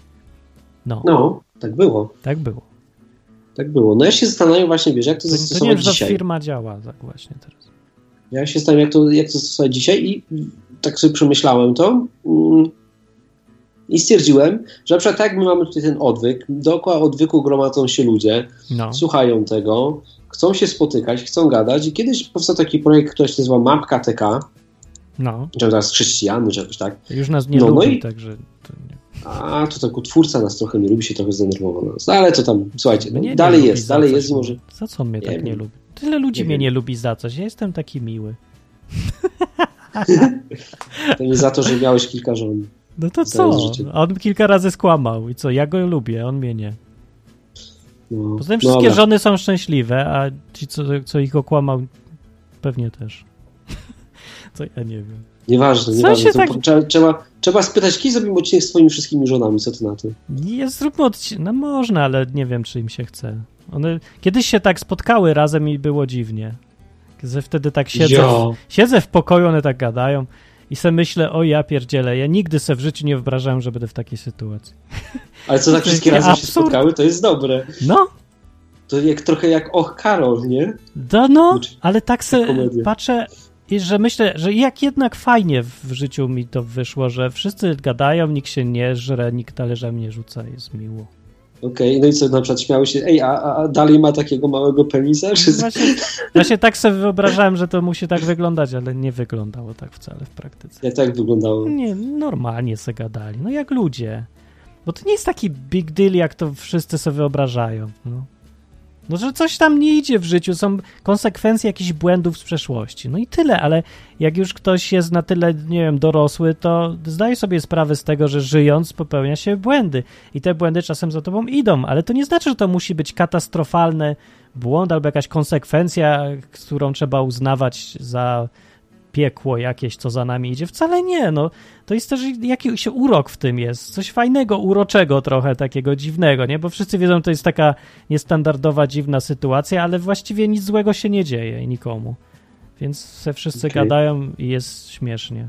No, tak było. Tak było. Tak było. No ja się zastanawiam właśnie, wiesz, jak to zastosować dzisiaj. To nie wiem, dzisiaj. że firma działa tak właśnie teraz. Ja się zastanawiam, jak to zastosować dzisiaj i tak sobie przemyślałem to. I stwierdziłem, że na przykład tak jak my mamy tutaj ten odwyk, dookoła odwyku gromadzą się ludzie, słuchają tego, chcą się spotykać, chcą gadać i kiedyś powstał taki projekt, który się nazywa Mapka.tk, czy teraz chrześcijany, czy jakoś tak. Już nas nie lubi, także... To nie. A, to tak twórca nas trochę nie lubi, się trochę zdenerwował na nas. No, ale to tam, słuchajcie, dalej jest i może... Za co on mnie tak nie lubi? Tyle ludzi mnie nie lubi za coś, ja jestem taki miły. To nie za to, że miałeś kilka żon. No to co? On kilka razy skłamał i co? Ja go lubię, on mnie nie. No, poza tym wszystkie żony są szczęśliwe, a ci, co ich okłamał, pewnie też. Co ja nie wiem. Nieważne. Tak... Trzeba spytać, kiedy zrobimy odcinek z twoimi wszystkimi żonami, co ty na to? Nie, zróbmy odcinek. No można, ale nie wiem, czy im się chce. One kiedyś się tak spotkały razem i było dziwnie. Wtedy tak siedzę w pokoju, one tak gadają i sobie myślę, o ja pierdzielę, ja nigdy sobie w życiu nie wyobrażałem, że będę w takiej sytuacji. Ale co tak wszystkie razem się spotkały, to jest dobre. No. To trochę jak Karol, nie? Ale tak sobie patrzę, że myślę, że jak jednak fajnie w życiu mi to wyszło, że wszyscy gadają, nikt się nie żre, nikt talerzami nie rzuca, jest miło. Okej, no i co, na przykład śmiały się, a dalej ma takiego małego penisa? Czy... Właśnie tak sobie wyobrażałem, że to musi tak wyglądać, ale nie wyglądało tak wcale w praktyce. Jak tak wyglądało? Nie, normalnie sobie gadali, no jak ludzie. Bo to nie jest taki big deal, jak to wszyscy sobie wyobrażają, No, że coś tam nie idzie w życiu, są konsekwencje jakichś błędów z przeszłości. No i tyle, ale jak już ktoś jest na tyle, nie wiem, dorosły, to zdaje sobie sprawę z tego, że żyjąc popełnia się błędy. I te błędy czasem za tobą idą, ale to nie znaczy, że to musi być katastrofalny błąd albo jakaś konsekwencja, którą trzeba uznawać za piekło jakieś, co za nami idzie. Wcale nie, to jest też jakiś urok w tym jest, coś fajnego, uroczego trochę, takiego dziwnego, nie? Bo wszyscy wiedzą, że to jest taka niestandardowa, dziwna sytuacja, ale właściwie nic złego się nie dzieje nikomu. Więc se wszyscy gadają i jest śmiesznie.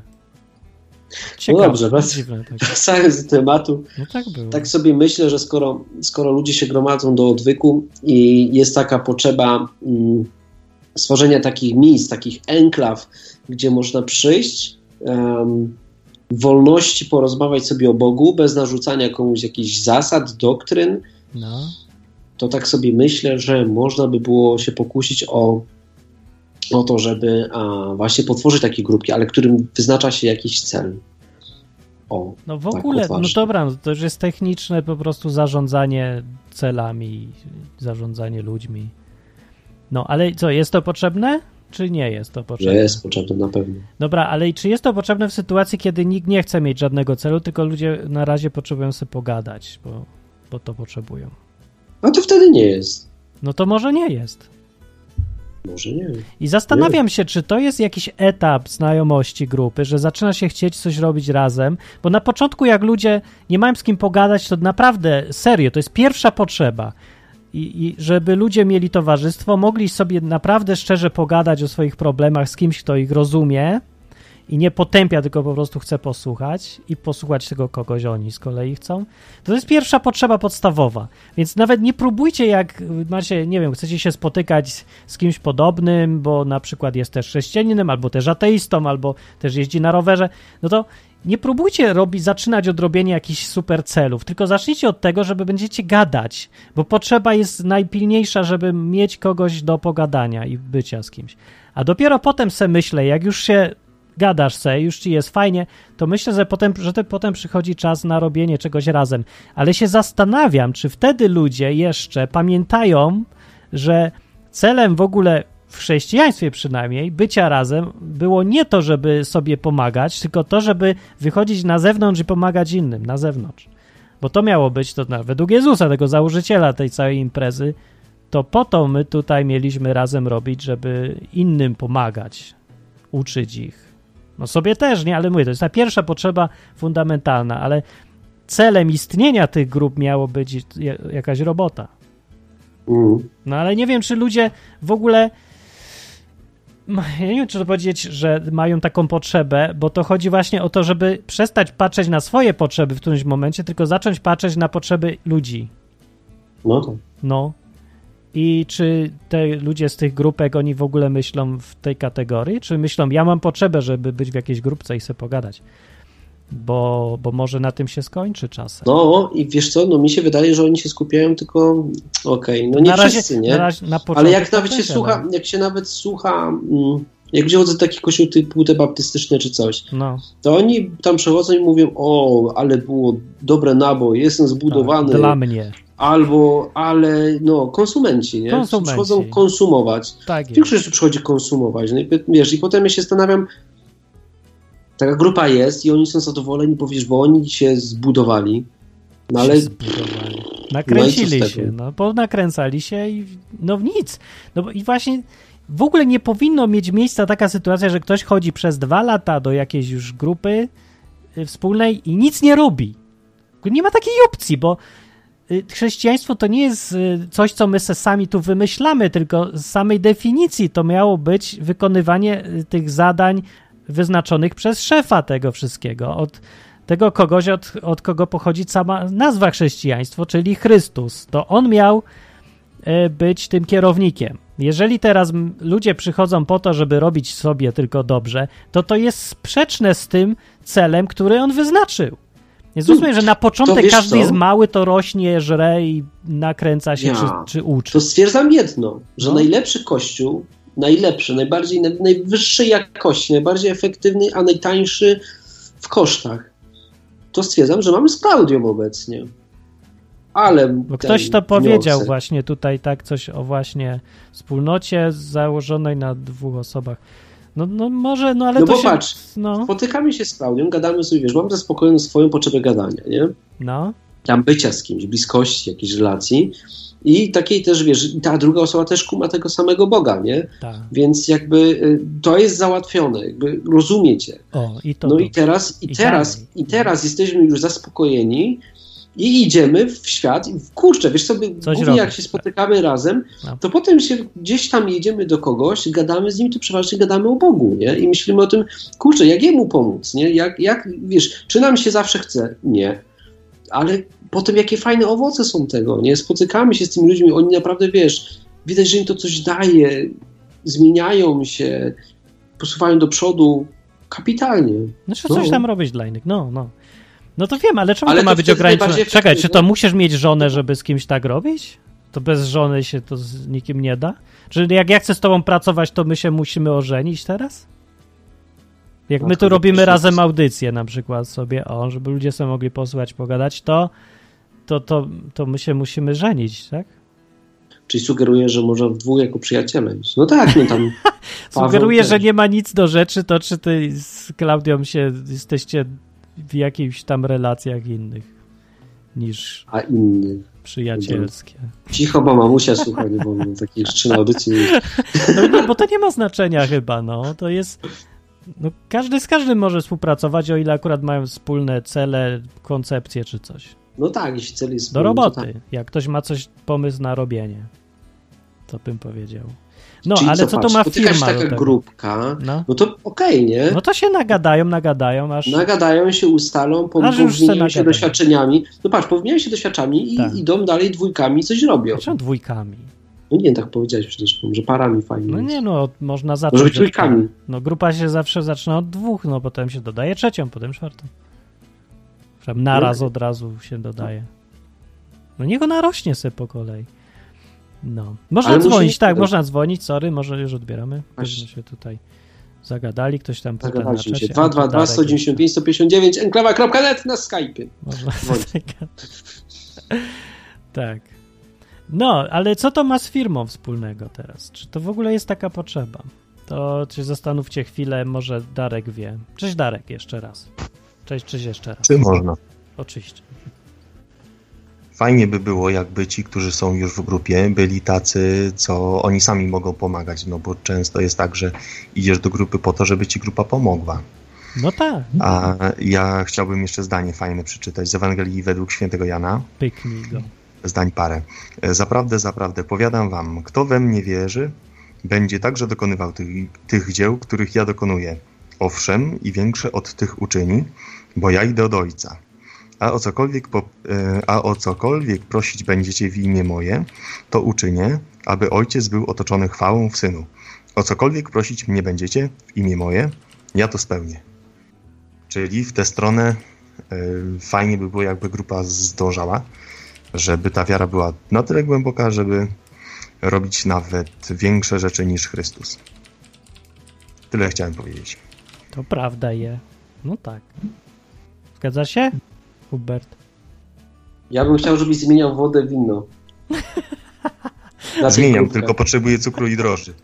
Ciekawe, dobrze, wracając do tematu, tak było. Tak sobie myślę, że skoro ludzie się gromadzą do odwyku i jest taka potrzeba stworzenia takich miejsc, takich enklaw, gdzie można przyjść, w wolności porozmawiać sobie o Bogu, bez narzucania komuś jakichś zasad, doktryn, to tak sobie myślę, że można by było się pokusić o to, żeby właśnie potworzyć takie grupki, ale którym wyznacza się jakiś cel. No w ogóle, dobra, to już jest techniczne po prostu zarządzanie celami, zarządzanie ludźmi. No, ale co, jest to potrzebne, czy nie jest to potrzebne? Jest potrzebne, na pewno. Dobra, ale czy jest to potrzebne w sytuacji, kiedy nikt nie chce mieć żadnego celu, tylko ludzie na razie potrzebują sobie pogadać, bo to potrzebują? A to wtedy nie jest. No to może nie jest. Może nie. I zastanawiam się, czy to jest jakiś etap znajomości grupy, że zaczyna się chcieć coś robić razem, bo na początku jak ludzie nie mają z kim pogadać, to naprawdę, serio, to jest pierwsza potrzeba. I żeby ludzie mieli towarzystwo, mogli sobie naprawdę szczerze pogadać o swoich problemach z kimś, kto ich rozumie i nie potępia, tylko po prostu chce posłuchać i posłuchać tego kogoś oni z kolei chcą. To jest pierwsza potrzeba podstawowa. Więc nawet nie próbujcie, jak macie, nie wiem, chcecie się spotykać z kimś podobnym, bo na przykład jest też chrześcijaninem, albo też ateistą, albo też jeździ na rowerze, no to nie próbujcie zaczynać od robienia jakichś super celów, tylko zacznijcie od tego, żeby będziecie gadać, bo potrzeba jest najpilniejsza, żeby mieć kogoś do pogadania i bycia z kimś. A dopiero potem myślę, jak już się gadasz już ci jest fajnie, to myślę, że potem przychodzi czas na robienie czegoś razem. Ale się zastanawiam, czy wtedy ludzie jeszcze pamiętają, że celem w ogóle w chrześcijaństwie przynajmniej, bycia razem było nie to, żeby sobie pomagać, tylko to, żeby wychodzić na zewnątrz i pomagać innym na zewnątrz. Bo to miało być, według Jezusa, tego założyciela tej całej imprezy, to po to my tutaj mieliśmy razem robić, żeby innym pomagać, uczyć ich. No sobie też, nie? Ale mówię, to jest ta pierwsza potrzeba fundamentalna, ale celem istnienia tych grup miało być jakaś robota. No ale nie wiem, czy ludzie w ogóle... Ja nie wiem, czy to powiedzieć, że mają taką potrzebę, bo to chodzi właśnie o to, żeby przestać patrzeć na swoje potrzeby w którymś momencie, tylko zacząć patrzeć na potrzeby ludzi. No. I czy te ludzie z tych grupek, oni w ogóle myślą w tej kategorii? Czy myślą, ja mam potrzebę, żeby być w jakiejś grupce i sobie pogadać? bo może na tym się skończy czasem. No i wiesz co, no mi się wydaje, że oni się skupiają tylko, no nie wszyscy, nie? Ale jak się nawet słucha, jak przychodzą takie kościoły typu te baptystyczne czy coś, to oni tam przechodzą i mówią, ale było dobre naboj, jestem zbudowany. Tak, dla mnie. Ale konsumenci, nie? Przychodzą konsumować. Tak jest. Większość przychodzi konsumować. No i wiesz, i potem ja się zastanawiam, taka grupa jest i oni są zadowoleni, bo oni się zbudowali. No ale... Nakręcili się, nakręcali się i nic. No i właśnie w ogóle nie powinno mieć miejsca taka sytuacja, że ktoś chodzi przez 2 lata do jakiejś już grupy wspólnej i nic nie robi. Nie ma takiej opcji, bo chrześcijaństwo to nie jest coś, co my sami tu wymyślamy, tylko z samej definicji to miało być wykonywanie tych zadań wyznaczonych przez szefa tego wszystkiego, od tego kogoś, od kogo pochodzi sama nazwa chrześcijaństwo, czyli Chrystus. To on miał być tym kierownikiem. Jeżeli teraz ludzie przychodzą po to, żeby robić sobie tylko dobrze, to jest sprzeczne z tym celem, który on wyznaczył. Więc rozumiem, że na początek każdy jest mały, to rośnie, żre i nakręca się czy uczy. To stwierdzam jedno, że najlepszy kościół, najwyższej jakości, najbardziej efektywny, a najtańszy w kosztach, to stwierdzam, że mamy z Klaudią obecnie. Ale bo ktoś to powiedział właśnie tutaj, tak, coś o właśnie wspólnocie założonej na 2 osobach. No może, ale to bo patrz, spotykamy się z Klaudią, gadamy sobie, wiesz, mam zaspokojoną swoją potrzebę gadania, nie? Tam bycia z kimś, bliskości, jakiejś relacji i takiej też, wiesz, ta druga osoba też kuma tego samego Boga, nie? Tak. Więc jakby to jest załatwione, jakby rozumiecie. I teraz jesteśmy już zaspokojeni i idziemy w świat. Kurczę, wiesz sobie, głównie jak się spotykamy razem, to potem się gdzieś tam jedziemy do kogoś, gadamy z nim, to przeważnie gadamy o Bogu, nie? I myślimy o tym, kurczę, jak jemu pomóc, nie? Jak wiesz, czy nam się zawsze chce? Nie. Ale potem jakie fajne owoce są tego, nie? Spotykamy się z tymi ludźmi, oni naprawdę, wiesz, widać, że im to coś daje, zmieniają się, posuwają do przodu kapitalnie. Coś tam robić dla innych, No to wiem, ale czemu to ma być ograniczone? Czekaj, czy to musisz mieć żonę, żeby z kimś tak robić? To bez żony się to z nikim nie da? Czy jak ja chcę z tobą pracować, to my się musimy ożenić teraz? Jak my tu robimy razem audycję na przykład sobie, żeby ludzie sobie mogli posłuchać, pogadać, to my się musimy żenić, tak? Czyli sugeruje, że może w 2 jako przyjaciele iść. No tak, tam... Sugeruje, że nie ma nic do rzeczy, to czy ty z Klaudią jesteście w jakichś tam relacjach innych niż przyjacielskie. Cicho, bo mamusia słucha, nie wolno takich rzeczy na audycji. Bo to nie ma znaczenia chyba, to jest... każdy z każdym może współpracować, o ile akurat mają wspólne cele, koncepcje czy coś. No tak, jeśli cel jest do roboty. Tak. Jak ktoś ma pomysł na robienie, to bym powiedział. Czyli ale co to ma firma? Taka grupka, no to okej, nie? No to się nagadają, aż... Nagadają się, ustalą, powinnią się doświadczeniami. No patrz, powinnią się doświadczami i idą dalej 2 i coś robią. Dlaczego 2? No nie, tak powiedziałeś przecież, że parami fajnie. No nie, można zacząć. Może być trójkami. Grupa się zawsze zaczyna od 2, potem się dodaje 3, potem 4. Naraz od razu się dodaje. Niech ona rośnie sobie po kolei. Można dzwonić, można dzwonić, może już odbieramy. Myśmy się tutaj zagadali, ktoś tam pyta na czacie. 222 195 159 enklawa.net na Skype'ie. Można tak. Ale co to ma z firmą wspólnego teraz? Czy to w ogóle jest taka potrzeba? To się zastanówcie chwilę, może Darek wie. Cześć Darek, jeszcze raz. Cześć jeszcze raz. Czy można? Oczywiście. Fajnie by było, jakby ci, którzy są już w grupie, byli tacy, co oni sami mogą pomagać, bo często jest tak, że idziesz do grupy po to, żeby ci grupa pomogła. No tak. A ja chciałbym jeszcze zdanie fajne przeczytać z Ewangelii według świętego Jana. Pyknij go. Zdań parę. Zaprawdę, powiadam wam, kto we mnie wierzy, będzie także dokonywał tych dzieł, których ja dokonuję. Owszem, i większe od tych uczyni, bo ja idę od Ojca. A o cokolwiek prosić będziecie w imię moje, to uczynię, aby Ojciec był otoczony chwałą w Synu. O cokolwiek prosić mnie będziecie w imię moje, ja to spełnię. Czyli w tę stronę fajnie by było, jakby grupa zdążała, żeby ta wiara była na tyle głęboka, żeby robić nawet większe rzeczy niż Chrystus. Tyle chciałem powiedzieć. To prawda No tak. Zgadza się, Hubert? Ja bym chciał, żebyś zmieniał wodę w wino. Zmieniam, tylko potrzebuję cukru i drożdży.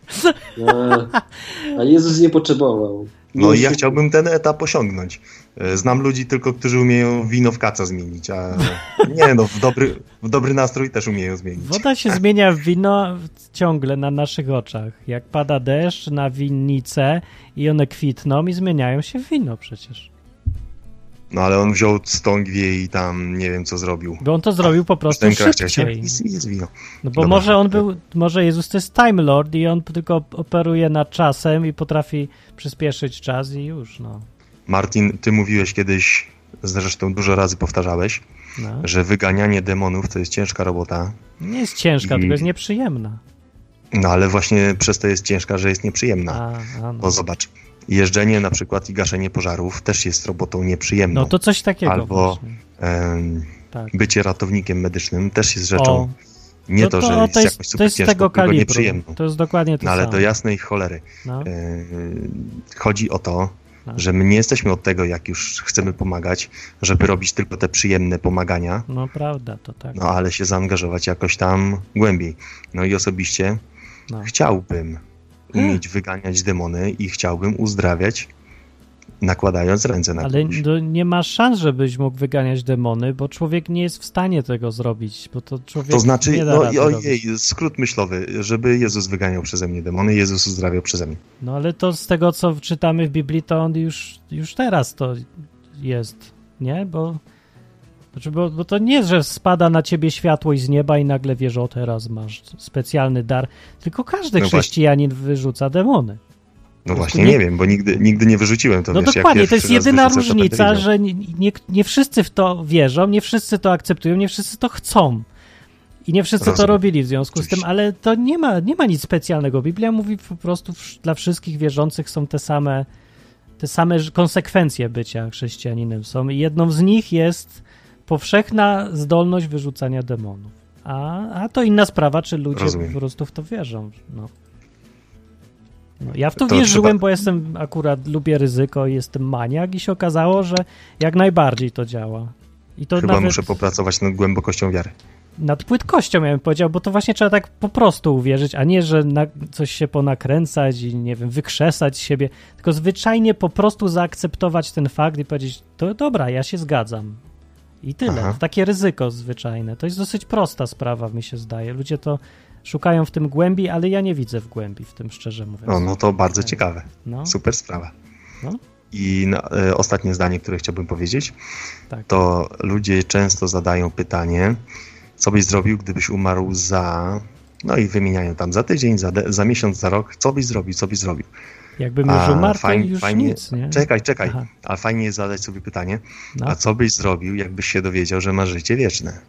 A Jezus nie potrzebował. No i ja chciałbym ten etap osiągnąć. Znam ludzi tylko, którzy umieją wino w kaca zmienić, a nie, no w dobry nastrój też umieją zmienić. Woda się zmienia w wino ciągle na naszych oczach. Jak pada deszcz na winnice i one kwitną i zmieniają się w wino przecież. No ale on wziął stągwie i tam nie wiem co zrobił. Bo on to zrobił po prostu szybciej. Jest wino. No bo dobra, może Jezus to jest Time Lord i on tylko operuje nad czasem i potrafi przyspieszyć czas i już, no. Martin, ty mówiłeś kiedyś, zresztą dużo razy powtarzałeś, że wyganianie demonów to jest ciężka robota. Nie jest ciężka, tylko jest nieprzyjemna. No ale właśnie przez to jest ciężka, że jest nieprzyjemna. No. Bo zobacz, jeżdżenie na przykład i gaszenie pożarów też jest robotą nieprzyjemną. No to coś takiego. Albo tak. Bycie ratownikiem medycznym też jest rzeczą nie to, że jest jakoś super ciężką, tego tylko kalibru. nieprzyjemną. To jest dokładnie to samo. Ale do jasnej cholery. Chodzi o to, że my nie jesteśmy od tego, jak już chcemy pomagać, żeby robić tylko te przyjemne pomagania. No prawda, to tak. No ale się zaangażować jakoś tam głębiej. No i osobiście chciałbym umieć wyganiać demony i chciałbym uzdrawiać, nakładając ręce na kogoś. Ale nie ma szans, żebyś mógł wyganiać demony, bo człowiek nie jest w stanie tego zrobić, bo to człowiek to znaczy, nie da rady robić. Skrót myślowy, żeby Jezus wyganiał przeze mnie demony, Jezus uzdrawiał przeze mnie. No ale to z tego, co czytamy w Biblii, to on już teraz to jest, nie? Bo to nie jest, że spada na ciebie światłość z nieba i nagle wiesz, o teraz masz specjalny dar, tylko każdy chrześcijanin wyrzuca demony. No właśnie, nie wiem, bo nigdy nie wyrzuciłem to. No wiesz, dokładnie, jak to jest jedyna różnica, że nie wszyscy w to wierzą, nie wszyscy to akceptują, nie wszyscy to chcą. I nie wszyscy to robili w związku z tym, ale to nie ma nic specjalnego. Biblia mówi po prostu, dla wszystkich wierzących są te same konsekwencje bycia chrześcijaninem są. I jedną z nich jest powszechna zdolność wyrzucania demonów. A to inna sprawa, czy ludzie po prostu w to wierzą. No, ja w to wierzyłem, bo lubię ryzyko i jestem maniak i się okazało, że jak najbardziej to działa. I to Chyba muszę popracować nad głębokością wiary. Nad płytkością, ja bym powiedział, bo to właśnie trzeba tak po prostu uwierzyć, a nie, że coś się ponakręcać i nie wiem, wykrzesać siebie, tylko zwyczajnie po prostu zaakceptować ten fakt i powiedzieć, to dobra, ja się zgadzam. I tyle. To takie ryzyko zwyczajne. To jest dosyć prosta sprawa, mi się zdaje. Ludzie to szukają w tym głębi, ale ja nie widzę w głębi w tym, szczerze mówiąc. No to bardzo ciekawe. Super sprawa. I ostatnie zdanie, które chciałbym powiedzieć, to ludzie często zadają pytanie, co byś zrobił, gdybyś umarł no i wymieniają tam za tydzień, za miesiąc, za rok, co byś zrobił. Jakbym już umarł, to już nic, nie? Czekaj. Ale fajnie jest zadać sobie pytanie, a co byś zrobił, jakbyś się dowiedział, że masz życie wieczne?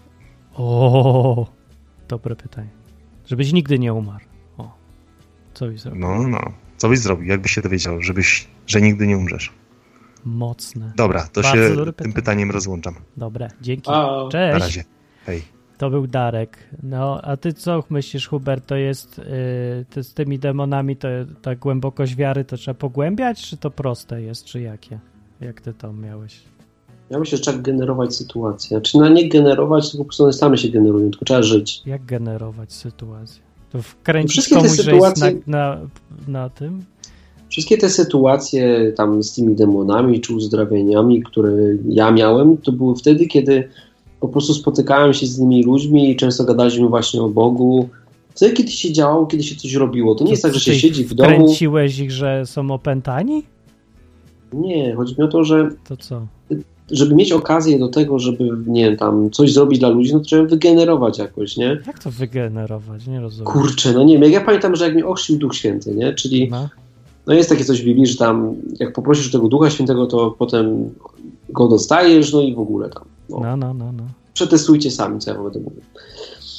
O, dobre pytanie. Żebyś nigdy nie umarł. Co byś zrobił? No. Co byś zrobił, jakbyś się dowiedział, że nigdy nie umrzesz? Mocne. Dobra, to się tym pytaniem rozłączam. Dobra, dzięki. Cześć. Na razie. Hej. To był Darek. No, a ty co myślisz, Hubert, to jest z tymi demonami, to ta głębokość wiary to trzeba pogłębiać, czy to proste jest, czy jakie? Jak ty to miałeś? Ja myślę, że trzeba generować sytuację. Znaczy, nie generować, tylko po prostu one same się generują, tylko trzeba żyć. Jak generować sytuację? To wkręcić komuś, sytuacje, że jest na tym? Wszystkie te sytuacje tam z tymi demonami czy uzdrawieniami, które ja miałem, to były wtedy, kiedy po prostu spotykałem się z tymi ludźmi i często gadaliśmy właśnie o Bogu. Wtedy, kiedy się działało, kiedy się coś robiło. To nie jest tak, że się siedzi w domu. Wkręciłeś ich, że są opętani? Nie, chodzi mi o to, że... To co? Żeby mieć okazję do tego, żeby, nie wiem, tam coś zrobić dla ludzi, no to trzeba wygenerować jakoś, nie? Jak to wygenerować? Nie rozumiem. Kurczę, no nie wiem. Jak ja pamiętam, że jak mnie ochrzcił Duch Święty, nie? Czyli no jest takie coś w Biblii, że tam jak poprosisz tego Ducha Świętego, to potem go dostajesz, no i w ogóle tam. No. Przetestujcie sami, co ja będę mówił.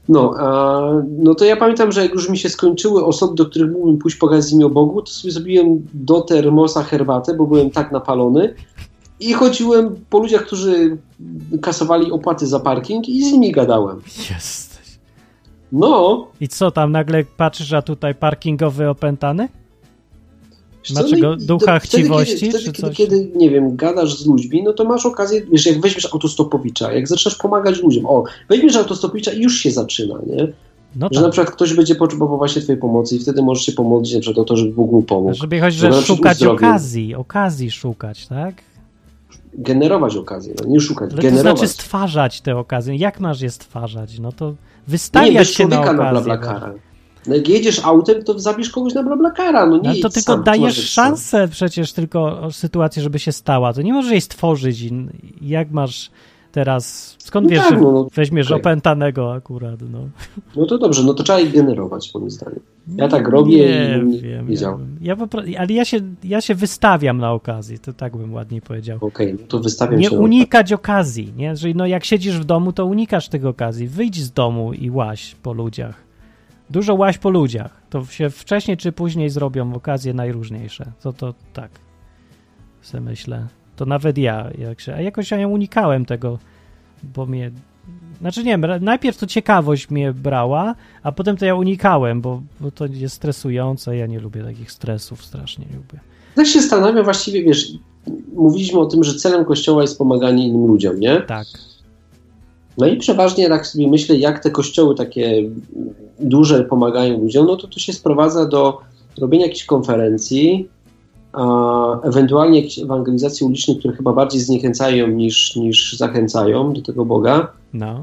No to ja pamiętam, że jak już mi się skończyły osoby, do których mógłbym pójść pogadać z nimi o Bogu, to sobie zrobiłem do termosa herbatę, bo byłem tak napalony i chodziłem po ludziach, którzy kasowali opłaty za parking i z nimi gadałem. Jesteś. No. I co tam, nagle patrzysz, a tutaj parkingowy opętany? Co, Dlaczego? Ducha chciwości? Kiedy, nie wiem, gadasz z ludźmi, no to masz okazję, wiesz, jak weźmiesz autostopowicza, jak zaczynasz pomagać ludziom, weźmiesz autostopowicza i już się zaczyna, nie? No że tak. na przykład ktoś będzie potrzebował właśnie twojej pomocy i wtedy możesz się pomodlić na przykład o to, żeby Bóg mu pomógł. Żeby choć, że szukać okazji szukać, tak? Generować okazję, no nie szukać, ale generować. To znaczy stwarzać te okazje. Jak masz je stwarzać? No to wystawiać się na okazję. na BlaBlaCara. No jak jedziesz autem, to zabierz kogoś na BlaBlaCara. No nie, to tylko dajesz szansę przecież tylko o sytuację, żeby się stała. To nie możesz jej stworzyć. Jak masz teraz... Skąd wiesz, że weźmiesz opętanego akurat? No to dobrze, no to trzeba je generować, moim zdaniem. Ja tak robię i nie wiedział. Ale ja się wystawiam na okazji, to tak bym ładniej powiedział. Okej, no to wystawiam się. Nie unikać okazji, nie? Że jak siedzisz w domu, to unikasz tych okazji. Wyjdź z domu i łaź po ludziach. Dużo łaź po ludziach. To się wcześniej czy później zrobią okazje najróżniejsze. To tak sobie myślę. To nawet ja. Jakoś ja unikałem tego, bo mnie... Znaczy nie wiem, najpierw to ciekawość mnie brała, a potem to ja unikałem, bo to jest stresujące. Ja nie lubię takich stresów, strasznie lubię. Tak się zastanawiam właściwie, wiesz, mówiliśmy o tym, że celem Kościoła jest pomaganie innym ludziom, nie? Tak. No i przeważnie tak sobie myślę, jak te kościoły takie duże pomagają ludziom, no to się sprowadza do robienia jakichś konferencji, ewentualnie jakichś ewangelizacji ulicznych, które chyba bardziej zniechęcają niż zachęcają do tego Boga. No.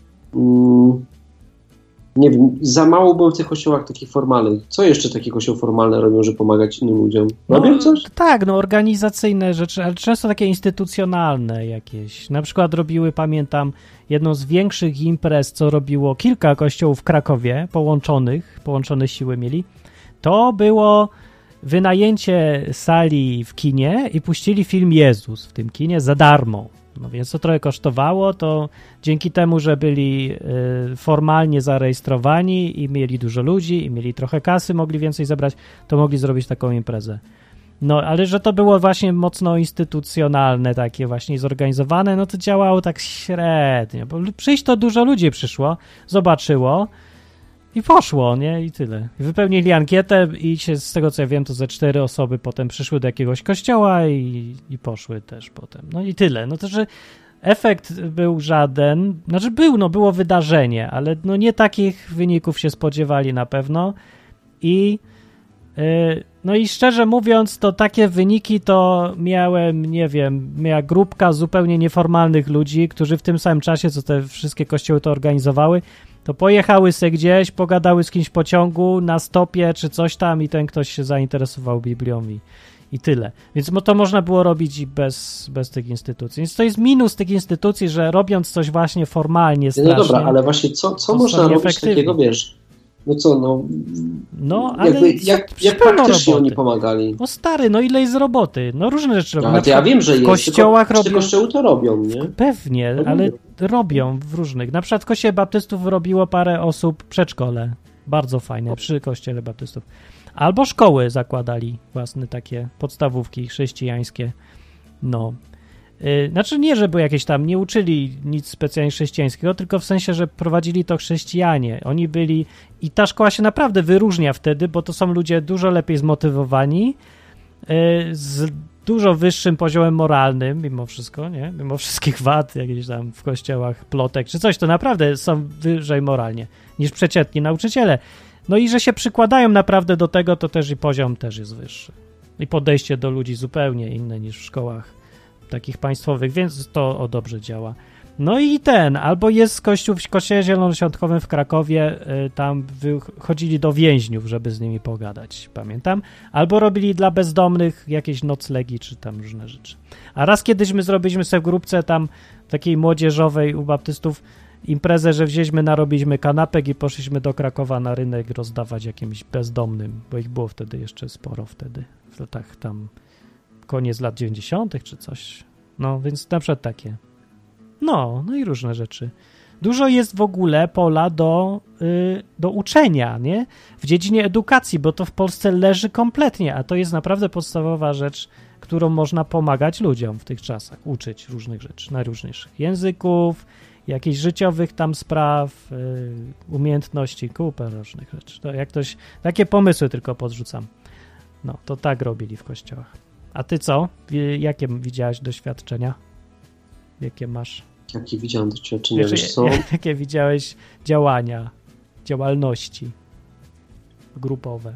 Nie wiem, za mało było w tych kościołach takich formalnych. Co jeszcze takie kościoły formalne robią, żeby pomagać innym ludziom? Robią coś? Tak, organizacyjne rzeczy, ale często takie instytucjonalne jakieś. Na przykład pamiętam, jedną z większych imprez, co robiło kilka kościołów w Krakowie, połączone siły mieli, to było wynajęcie sali w kinie i puścili film Jezus w tym kinie za darmo. No więc to trochę kosztowało, to dzięki temu, że byli formalnie zarejestrowani i mieli dużo ludzi i mieli trochę kasy, mogli więcej zebrać, to mogli zrobić taką imprezę. No, ale że to było właśnie mocno instytucjonalne, takie właśnie zorganizowane, no to działało tak średnio, bo przyjść to dużo ludzi przyszło, zobaczyło i poszło, nie? I tyle. I wypełnili ankietę i z tego co ja wiem, to ze 4 osoby potem przyszły do jakiegoś kościoła i poszły też potem. No i tyle. No to, że efekt był żaden, znaczy było wydarzenie, ale no nie takich wyników się spodziewali na pewno i no i szczerze mówiąc, to takie wyniki to miała grupka zupełnie nieformalnych ludzi, którzy w tym samym czasie, co te wszystkie kościoły to organizowały, to pojechały se gdzieś, pogadały z kimś w pociągu, na stopie czy coś tam i ten ktoś się zainteresował Biblią i tyle. Więc to można było robić i bez tych instytucji. Więc to jest minus tych instytucji, że robiąc coś właśnie formalnie strasznie... No dobra, ale właśnie co można robić takiego, wiesz... ale jak praktycznie oni pomagali? No stary, ile jest roboty? No różne rzeczy robią. Ale ja wiem, że jest, kościołach robią... kościoły to robią, nie? Pewnie, ale robią w różnych. Na przykład w Kościele Baptystów robiło parę osób przedszkole. Bardzo fajne, przy Kościele Baptystów. Albo szkoły zakładali własne takie podstawówki chrześcijańskie. No. Znaczy nie, żeby jakieś tam nie uczyli nic specjalnie chrześcijańskiego, tylko w sensie, że prowadzili to chrześcijanie. Oni byli i ta szkoła się naprawdę wyróżnia wtedy, bo to są ludzie dużo lepiej zmotywowani, z dużo wyższym poziomem moralnym, mimo wszystko, nie? Mimo wszystkich wad, jakieś tam w kościołach plotek czy coś, to naprawdę są wyżej moralnie niż przeciętni nauczyciele. No i że się przykładają naprawdę do tego, to też i poziom też jest wyższy. I podejście do ludzi zupełnie inne niż w szkołach takich państwowych, więc to dobrze działa. No i albo jest kościół w Kościele Zielonoświątkowym w Krakowie, tam chodzili do więźniów, żeby z nimi pogadać, pamiętam, albo robili dla bezdomnych jakieś noclegi, czy tam różne rzeczy. A raz kiedyś my zrobiliśmy sobie w grupce tam takiej młodzieżowej u baptystów imprezę, że narobiliśmy kanapek i poszliśmy do Krakowa na rynek rozdawać jakimś bezdomnym, bo ich było wtedy jeszcze sporo w latach tam koniec lat 90. czy coś. No, więc na przykład takie. No i różne rzeczy. Dużo jest w ogóle pola do uczenia, nie? W dziedzinie edukacji, bo to w Polsce leży kompletnie, a to jest naprawdę podstawowa rzecz, którą można pomagać ludziom w tych czasach, uczyć różnych rzeczy, najróżniejszych języków, jakichś życiowych tam spraw, umiejętności, kupę różnych rzeczy. To jak ktoś, takie pomysły tylko podrzucam. No, to tak robili w kościołach. A ty co? Jakie widziałeś doświadczenia? Jakie masz? Jakie widziałem doświadczenia? Jakie widziałeś działalności grupowe?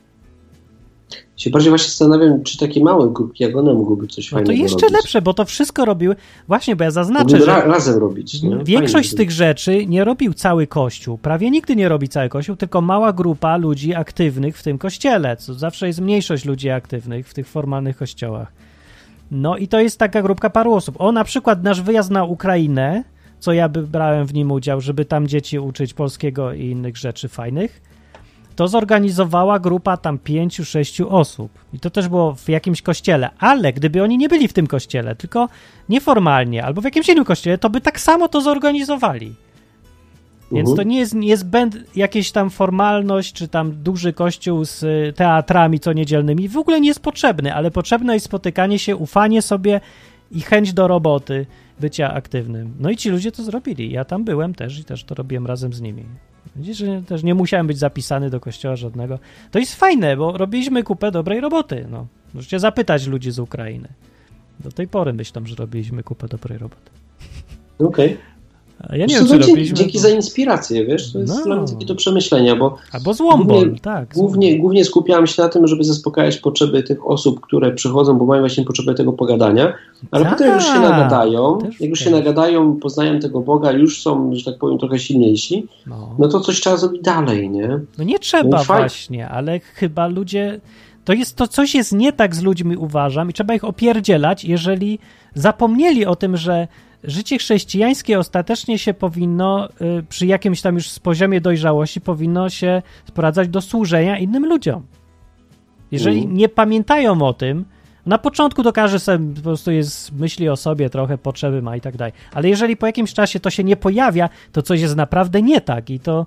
Się bardziej właśnie zastanawiam, czy takie małe grupki, jak one mogłyby coś fajnego robić. No to jeszcze lepsze, bo to wszystko robiły, właśnie, bo ja zaznaczę, że razem robić. Nie? Większość z tych rzeczy nie robił cały Kościół. Prawie nigdy nie robi cały Kościół, tylko mała grupa ludzi aktywnych w tym kościele, co zawsze jest mniejszość ludzi aktywnych w tych formalnych kościołach. No i to jest taka grupka paru osób. Na przykład nasz wyjazd na Ukrainę, co ja brałem w nim udział, żeby tam dzieci uczyć polskiego i innych rzeczy fajnych, to zorganizowała grupa tam 5-6 osób. I to też było w jakimś kościele. Ale gdyby oni nie byli w tym kościele, tylko nieformalnie, albo w jakimś innym kościele, to by tak samo to zorganizowali. Więc to nie jest jakieś tam formalność, czy tam duży kościół z teatrami coniedzielnymi. W ogóle nie jest potrzebny, ale potrzebne jest spotykanie się, ufanie sobie i chęć do roboty, bycia aktywnym. No i ci ludzie to zrobili. Ja tam byłem też i też to robiłem razem z nimi. Widzisz, że też nie musiałem być zapisany do kościoła żadnego. To jest fajne, bo robiliśmy kupę dobrej roboty. No. Możecie zapytać ludzi z Ukrainy. Do tej pory myślę, że robiliśmy kupę dobrej roboty. Okej. Ja nie wiem, czy robiliśmy... Dzięki za inspirację, wiesz? To jest dla mnie takie do przemyślenia, bo... Albo złombol, tak. Głównie skupiałem się na tym, żeby zaspokajać potrzeby tych osób, które przychodzą, bo mają właśnie potrzebę tego pogadania, ale potem jak już się nagadają, poznają tego Boga, już są, że tak powiem, trochę silniejsi, no to coś trzeba zrobić dalej, nie? No nie trzeba właśnie, ale chyba ludzie... To coś jest nie tak z ludźmi, uważam, i trzeba ich opierdzielać, jeżeli zapomnieli o tym, że życie chrześcijańskie ostatecznie się powinno, przy jakimś tam już poziomie dojrzałości, powinno się sprowadzać do służenia innym ludziom. Jeżeli nie pamiętają o tym, na początku to każdy sobie po prostu myśli o sobie, trochę potrzeby ma i tak dalej, ale jeżeli po jakimś czasie to się nie pojawia, to coś jest naprawdę nie tak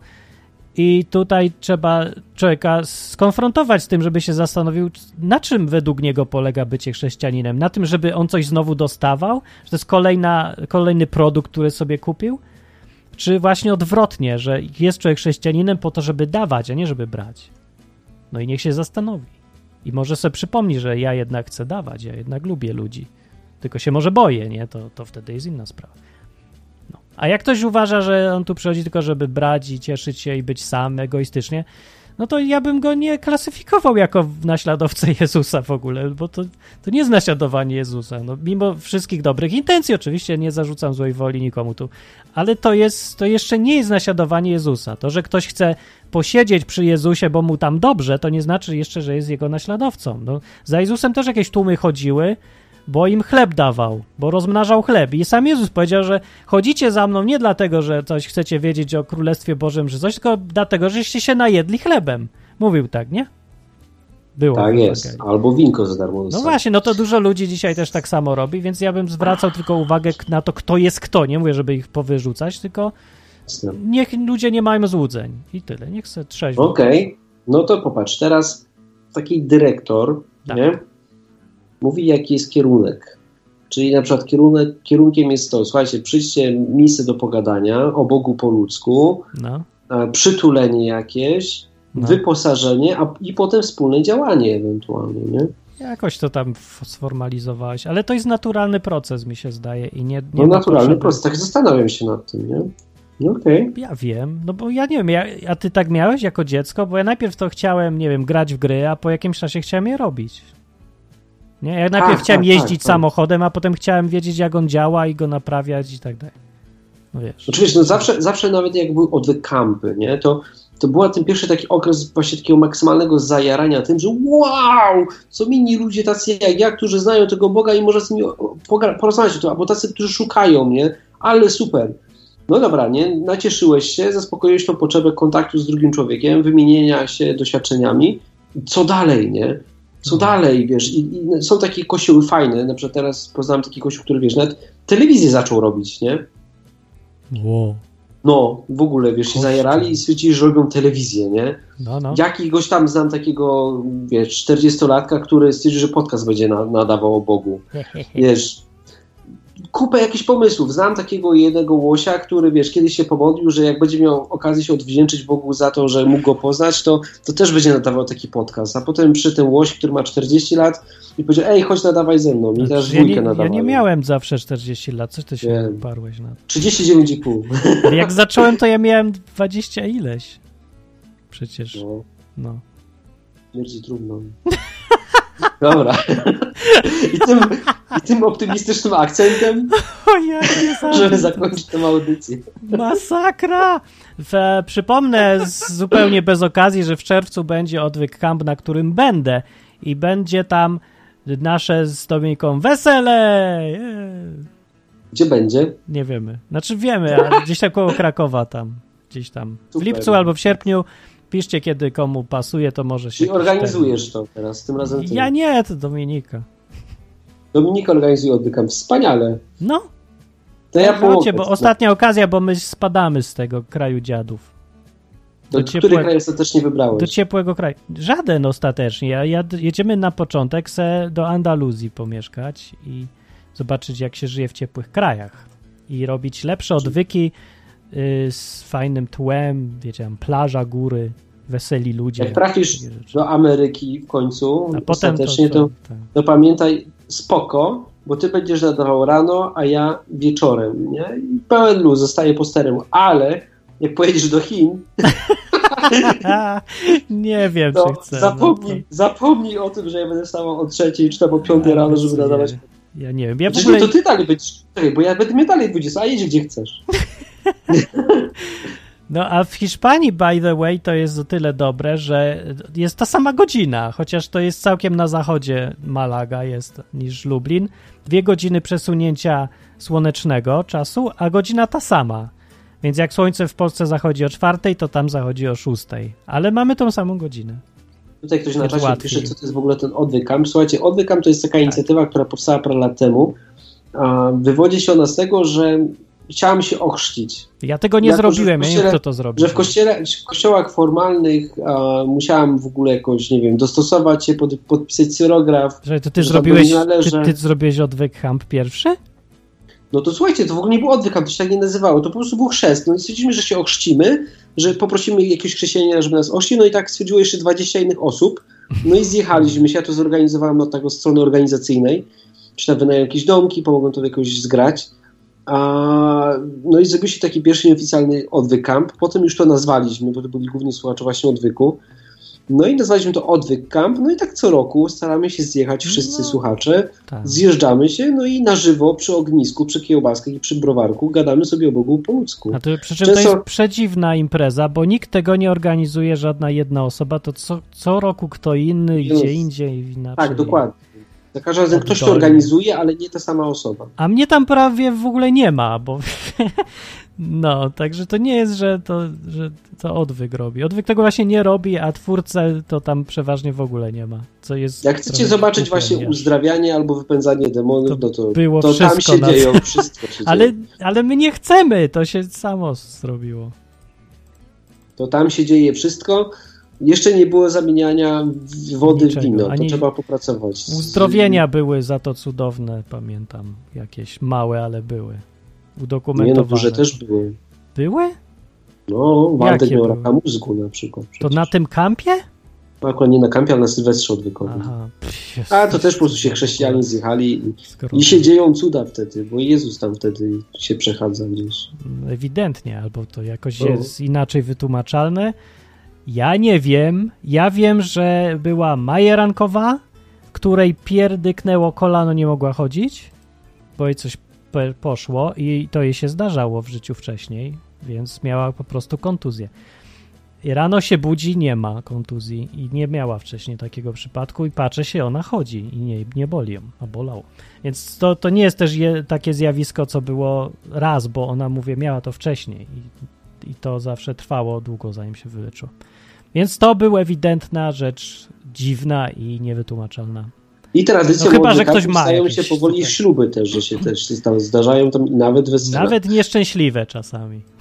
i tutaj trzeba człowieka skonfrontować z tym, żeby się zastanowił, na czym według niego polega bycie chrześcijaninem. Na tym, żeby on coś znowu dostawał? Że to jest kolejny produkt, który sobie kupił? Czy właśnie odwrotnie, że jest człowiek chrześcijaninem po to, żeby dawać, a nie żeby brać? No i niech się zastanowi. I może sobie przypomni, że ja jednak chcę dawać, ja jednak lubię ludzi. Tylko się może boję, nie? To wtedy jest inna sprawa. A jak ktoś uważa, że on tu przychodzi tylko, żeby brać i cieszyć się i być sam egoistycznie, no to ja bym go nie klasyfikował jako naśladowcę Jezusa w ogóle, bo to nie jest naśladowanie Jezusa. No, mimo wszystkich dobrych intencji, oczywiście nie zarzucam złej woli nikomu tu, ale to jeszcze nie jest naśladowanie Jezusa. To, że ktoś chce posiedzieć przy Jezusie, bo mu tam dobrze, to nie znaczy jeszcze, że jest jego naśladowcą. No, za Jezusem też jakieś tłumy chodziły, bo im chleb dawał, bo rozmnażał chleb. I sam Jezus powiedział, że chodzicie za mną nie dlatego, że coś chcecie wiedzieć o Królestwie Bożym, że coś, tylko dlatego, żeście się najedli chlebem. Mówił tak, nie? Było. Tak jest. Okay. Albo winko za darmo. No właśnie, no to dużo ludzi dzisiaj też tak samo robi, więc ja bym zwracał tylko uwagę na to, kto jest kto. Nie mówię, żeby ich powyrzucać, tylko niech ludzie nie mają złudzeń. I tyle. Niech se trzeźwo. Okej. No to popatrz, teraz taki dyrektor, tak, nie? Mówi, jaki jest kierunek. Czyli na przykład kierunkiem jest to, słuchajcie, przyjdźcie misy do pogadania o Bogu po ludzku, przytulenie jakieś, wyposażenie, i potem wspólne działanie ewentualnie, nie? Jakoś to tam sformalizowałeś, ale to jest naturalny proces, mi się zdaje. I nie naturalny proces, tak zastanawiam się nad tym, nie? No okej. Ja wiem, no bo ja nie wiem, a ty tak miałeś jako dziecko? Bo ja najpierw to chciałem, nie wiem, grać w gry, a po jakimś czasie chciałem je robić. Nie? Ja najpierw chciałem jeździć samochodem, a potem chciałem wiedzieć, jak on działa i go naprawiać i tak dalej. No wiesz. Oczywiście, no zawsze nawet jak były kampy, nie? To był ten pierwszy taki okres właśnie takiego maksymalnego zajarania tym, że wow, są inni ludzie tacy jak ja, którzy znają tego Boga i może z nimi porozmawiać o tym, albo tacy, którzy szukają, nie? Ale super. No dobra, nie? Nacieszyłeś się, zaspokoiłeś tą potrzebę kontaktu z drugim człowiekiem, wymienienia się doświadczeniami. Co dalej, nie? Co dalej, wiesz, i są takie kościoły fajne, na przykład teraz poznałem taki kościół, który, wiesz, nawet telewizję zaczął robić, nie? Wow. No, w ogóle, wiesz, się zajarali i stwierdzili, że robią telewizję, nie? No. Jakiegoś tam znam takiego, wiesz, 40-latka, który stwierdził, że podcast będzie nadawał o Bogu. Wiesz, kupę jakichś pomysłów. Znam takiego jednego łosia, który, wiesz, kiedyś się pomodlił, że jak będzie miał okazję się odwdzięczyć Bogu za to, że mógł go poznać, to też będzie nadawał taki podcast. A potem przy ten łoś, który ma 40 lat i powiedział, ej, chodź nadawaj ze mną. I teraz dwójkę nadawałem. Ja nie miałem zawsze 40 lat. Coś ty się uparłeś na to? 39,5. Jak zacząłem, to ja miałem 20 ileś. Przecież. No. Śmierdzi trudno. Dobra. I tym optymistycznym akcentem, żeby zakończyć tę audycję. Masakra! Przypomnę zupełnie bez okazji, że w czerwcu będzie Odwyk Camp, na którym będę. I będzie tam nasze z Dominiką wesele! Gdzie będzie? Nie wiemy. Znaczy wiemy, ale gdzieś tak koło Krakowa tam. Gdzieś tam. W lipcu albo w sierpniu. Piszcie, kiedy komu pasuje, to może się... Czyli organizujesz to teraz, tym razem ty. Ja nie, to Dominika. Dominika organizuje Odwyk Camp. Wspaniale. No. To ja pomogę. Bo ostatnia okazja, bo my spadamy z tego kraju dziadów. Do który kraj ostatecznie wybrałeś? Do ciepłego kraju. Żaden ostatecznie. Jedziemy na początek do Andaluzji pomieszkać i zobaczyć, jak się żyje w ciepłych krajach. I robić lepsze odwyki z fajnym tłem, wiecie, tam plaża, góry, weseli ludzie. Jak trafisz do Ameryki w końcu, a ostatecznie to pamiętaj, spoko, bo ty będziesz nadawał rano, a ja wieczorem, nie? I pełen luz, zostaję posterem, ale jak pojedziesz do Chin... nie wiem, czy chcę. Zapomnij o tym, że ja będę wstawał o 3:00 czy tam o 5:00 rano, żeby nadawać... Ja nie wiem. To ty dalej będziesz... Bo ja będę mnie dalej 20, a jedź gdzie chcesz. No a w Hiszpanii, by the way, to jest o tyle dobre, że jest ta sama godzina, chociaż to jest całkiem na zachodzie Malaga jest niż Lublin. 2 godziny przesunięcia słonecznego czasu, a godzina ta sama. Więc jak słońce w Polsce zachodzi o 4:00, to tam zachodzi o 6:00. Ale mamy tą samą godzinę. Tutaj ktoś na czasie pisze, co to jest w ogóle ten Odwyk Camp. Słuchajcie, Odwyk Camp to jest taka inicjatywa, która powstała parę lat temu. Wywodzi się ona z tego, że chciałem się ochrzcić. Ja tego nie zrobiłem, ja nie wiem, kto to zrobił. Że w kościołach formalnych musiałem w ogóle jakoś, nie wiem, dostosować się, podpisać cyrograf. Że to ty zrobiłeś Odwyk Camp pierwszy? No to słuchajcie, to w ogóle nie był Odwyk Camp, to się tak nie nazywało, to po prostu był chrzest. No i stwierdziliśmy, że się ochrzcimy, że poprosimy jakiegoś chrześcijanina, żeby nas ochrzcił, no i tak stwierdziło jeszcze 20 innych osób. No i zjechaliśmy się, ja to zorganizowałem od tego strony organizacyjnej, czy tam wynająłem jakieś domki, pomogłem to jakoś zgrać. No i zrobił się taki pierwszy nieoficjalny Odwyk Camp, potem już to nazwaliśmy, bo to byli główni słuchacze właśnie Odwyku. No i nazwaliśmy to Odwyk Camp, no i tak co roku staramy się zjechać wszyscy słuchacze, zjeżdżamy się, no i na żywo przy ognisku, przy kiełbaskach i przy browarku gadamy sobie o Bogu po ludzku. A to przy czym to jest przedziwna impreza, bo nikt tego nie organizuje, żadna jedna osoba, to co roku kto inny, gdzie indziej. Tak, dokładnie. Za każdym razem ktoś to organizuje, ale nie ta sama osoba. A mnie tam prawie w ogóle nie ma, bo no, także to nie jest, że to Odwyk robi. Odwyk tego właśnie nie robi, a twórcę to tam przeważnie w ogóle nie ma. Co jest jak chcecie zobaczyć właśnie uzdrawianie albo wypędzanie demonów, to tam się dzieją wszystko. Ale my nie chcemy, to się samo zrobiło. To tam się dzieje wszystko. Jeszcze nie było zamieniania wody w wino, to trzeba popracować. Uzdrowienia były za to cudowne, pamiętam. Jakieś małe, ale były. Udokumentowane. Nie, no duże też były. Były? No, Waldek miał raka mózgu na przykład. Przecież. To na tym kampie? No, akurat nie na kampie, ale na Sylwestrze odwykowym. A to też po prostu się chrześcijanie zjechali i się dzieją cuda wtedy, bo Jezus tam wtedy się przechadza gdzieś. Ewidentnie, albo to jakoś jest inaczej wytłumaczalne. Ja nie wiem. Ja wiem, że była majerankowa, której pierdyknęło kolano, nie mogła chodzić, bo jej coś poszło i to jej się zdarzało w życiu wcześniej, więc miała po prostu kontuzję. I rano się budzi, nie ma kontuzji i nie miała wcześniej takiego przypadku i patrzę się, ona chodzi i nie boli ją, a bolało. Więc to nie jest też takie zjawisko, co było raz, bo ona, mówię, miała to wcześniej i to zawsze trwało długo, zanim się wyleczyło. Więc to była ewidentna rzecz dziwna i niewytłumaczalna. I tradycją chyba, że ktoś ma stają się powoli śluby też, że się też zdarzają tam nawet wesela. Nawet nieszczęśliwe czasami.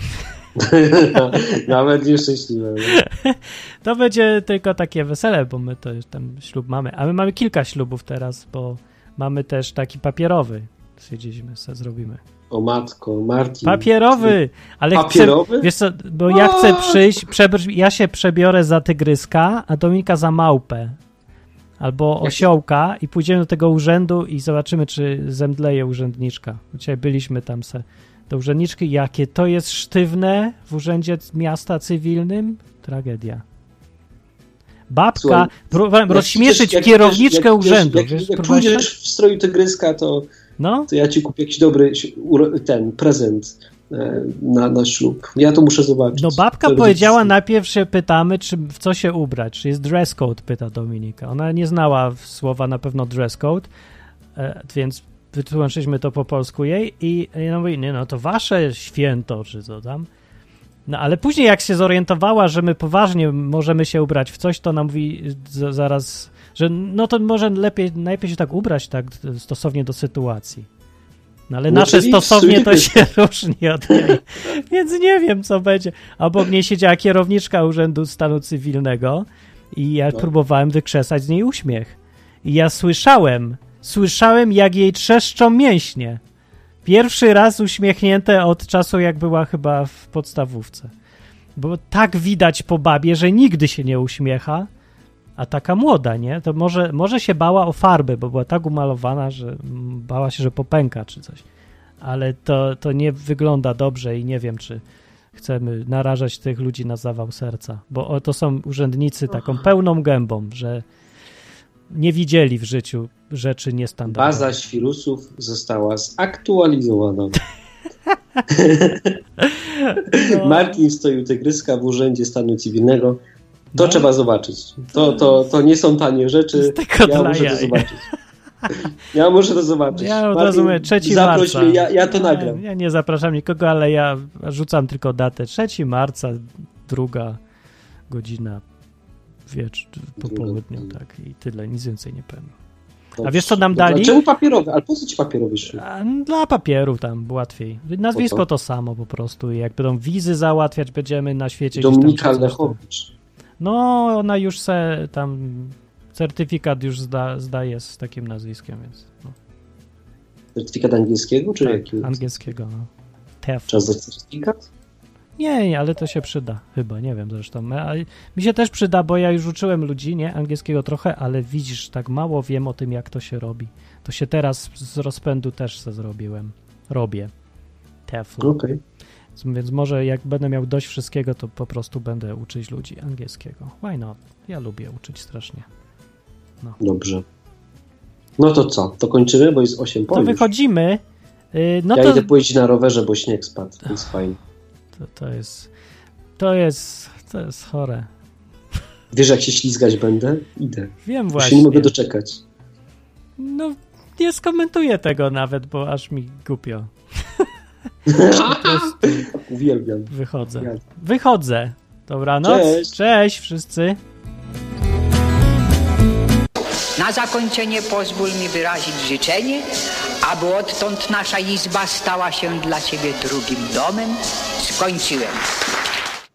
Nawet nieszczęśliwe. No. To będzie tylko takie wesele, bo my to już tam ślub mamy. A my mamy kilka ślubów teraz, bo mamy też taki papierowy. Stwierdziliśmy, co zrobimy. O matko, Martin. Papierowy! Ale papierowy? Chcę, wiesz co, bo ja chcę przyjść, ja się przebiorę za tygryska, a Dominika za małpę. Albo osiołka i pójdziemy do tego urzędu i zobaczymy, czy zemdleje urzędniczka. Dzisiaj byliśmy tam do urzędniczki. Jakie to jest sztywne w urzędzie miasta cywilnym? Tragedia. Babka, rozśmieszyć kierowniczkę urzędu. Jak pójdziesz w stroju tygryska, to ja ci kupię jakiś dobry prezent na ślub. Ja to muszę zobaczyć. No babka powiedziała, najpierw się pytamy, w co się ubrać. Czy jest dress code, pyta Dominika. Ona nie znała słowa na pewno dress code, więc wytłumaczyliśmy to po polsku jej i ja mówi, no to wasze święto, czy co tam. No ale później jak się zorientowała, że my poważnie możemy się ubrać w coś, to nam mówi zaraz, że no to może najlepiej się tak ubrać tak stosownie do sytuacji. No ale nasze stosownie to się różni od niej, więc nie wiem, co będzie. Obok niej siedziała kierowniczka Urzędu Stanu Cywilnego i ja próbowałem wykrzesać z niej uśmiech. I ja słyszałem, jak jej trzeszczą mięśnie. Pierwszy raz uśmiechnięte od czasu, jak była chyba w podstawówce. Bo tak widać po babie, że nigdy się nie uśmiecha, a taka młoda, nie? To może się bała o farbę, bo była tak umalowana, że bała się, że popęka czy coś. Ale to nie wygląda dobrze i nie wiem, czy chcemy narażać tych ludzi na zawał serca. Bo to są urzędnicy taką pełną gębą, że nie widzieli w życiu rzeczy niestandardowe. Baza świrusów została zaktualizowana. No. Martin stoi u tygryska w Urzędzie Stanu Cywilnego. To trzeba zobaczyć. To nie są tanie rzeczy. Ja muszę to zobaczyć. Ja od razu mówię, 3 marca. Zaproś mnie, ja to nagram. Ja nie zapraszam nikogo, ale ja rzucam tylko datę. 3 marca, 2 godzina po południu, tak. I tyle, nic więcej nie powiem. Dobrze. A wiesz, co nam dali? Czemu papierowy? Ale po co ci papierowy ślub? Dla papieru tam łatwiej. Nazwisko to samo po prostu. Jak będą wizy załatwiać, będziemy na świecie. Dominika Lechowicz. No, ona już tam certyfikat już zdaje z takim nazwiskiem, więc no. Certyfikat angielskiego, czy jakiego? Angielskiego, no. Czas za certyfikat? Nie, ale to się przyda, chyba, nie wiem zresztą. Mi się też przyda, bo ja już uczyłem ludzi, nie, angielskiego trochę, ale widzisz, tak mało wiem o tym, jak to się robi. To się teraz z rozpędu też robię. TEFL. Okay. Więc może jak będę miał dość wszystkiego, to po prostu będę uczyć ludzi angielskiego. Why not? Ja lubię uczyć strasznie. No. Dobrze. No to co? To kończymy, bo jest 8 po. To wychodzimy. Ja idę pojeździć na rowerze, bo śnieg spadł. To jest fajnie. To jest chore. Wiesz, jak się ślizgać będę? Idę. Wiem już właśnie. się nie mogę doczekać. No, nie skomentuję tego nawet, bo aż mi głupio. Uwielbiam. Wychodzę. Dobranoc. Cześć wszyscy. Na zakończenie pozwól mi wyrazić życzenie, aby odtąd nasza izba stała się dla Ciebie drugim domem. Skończyłem.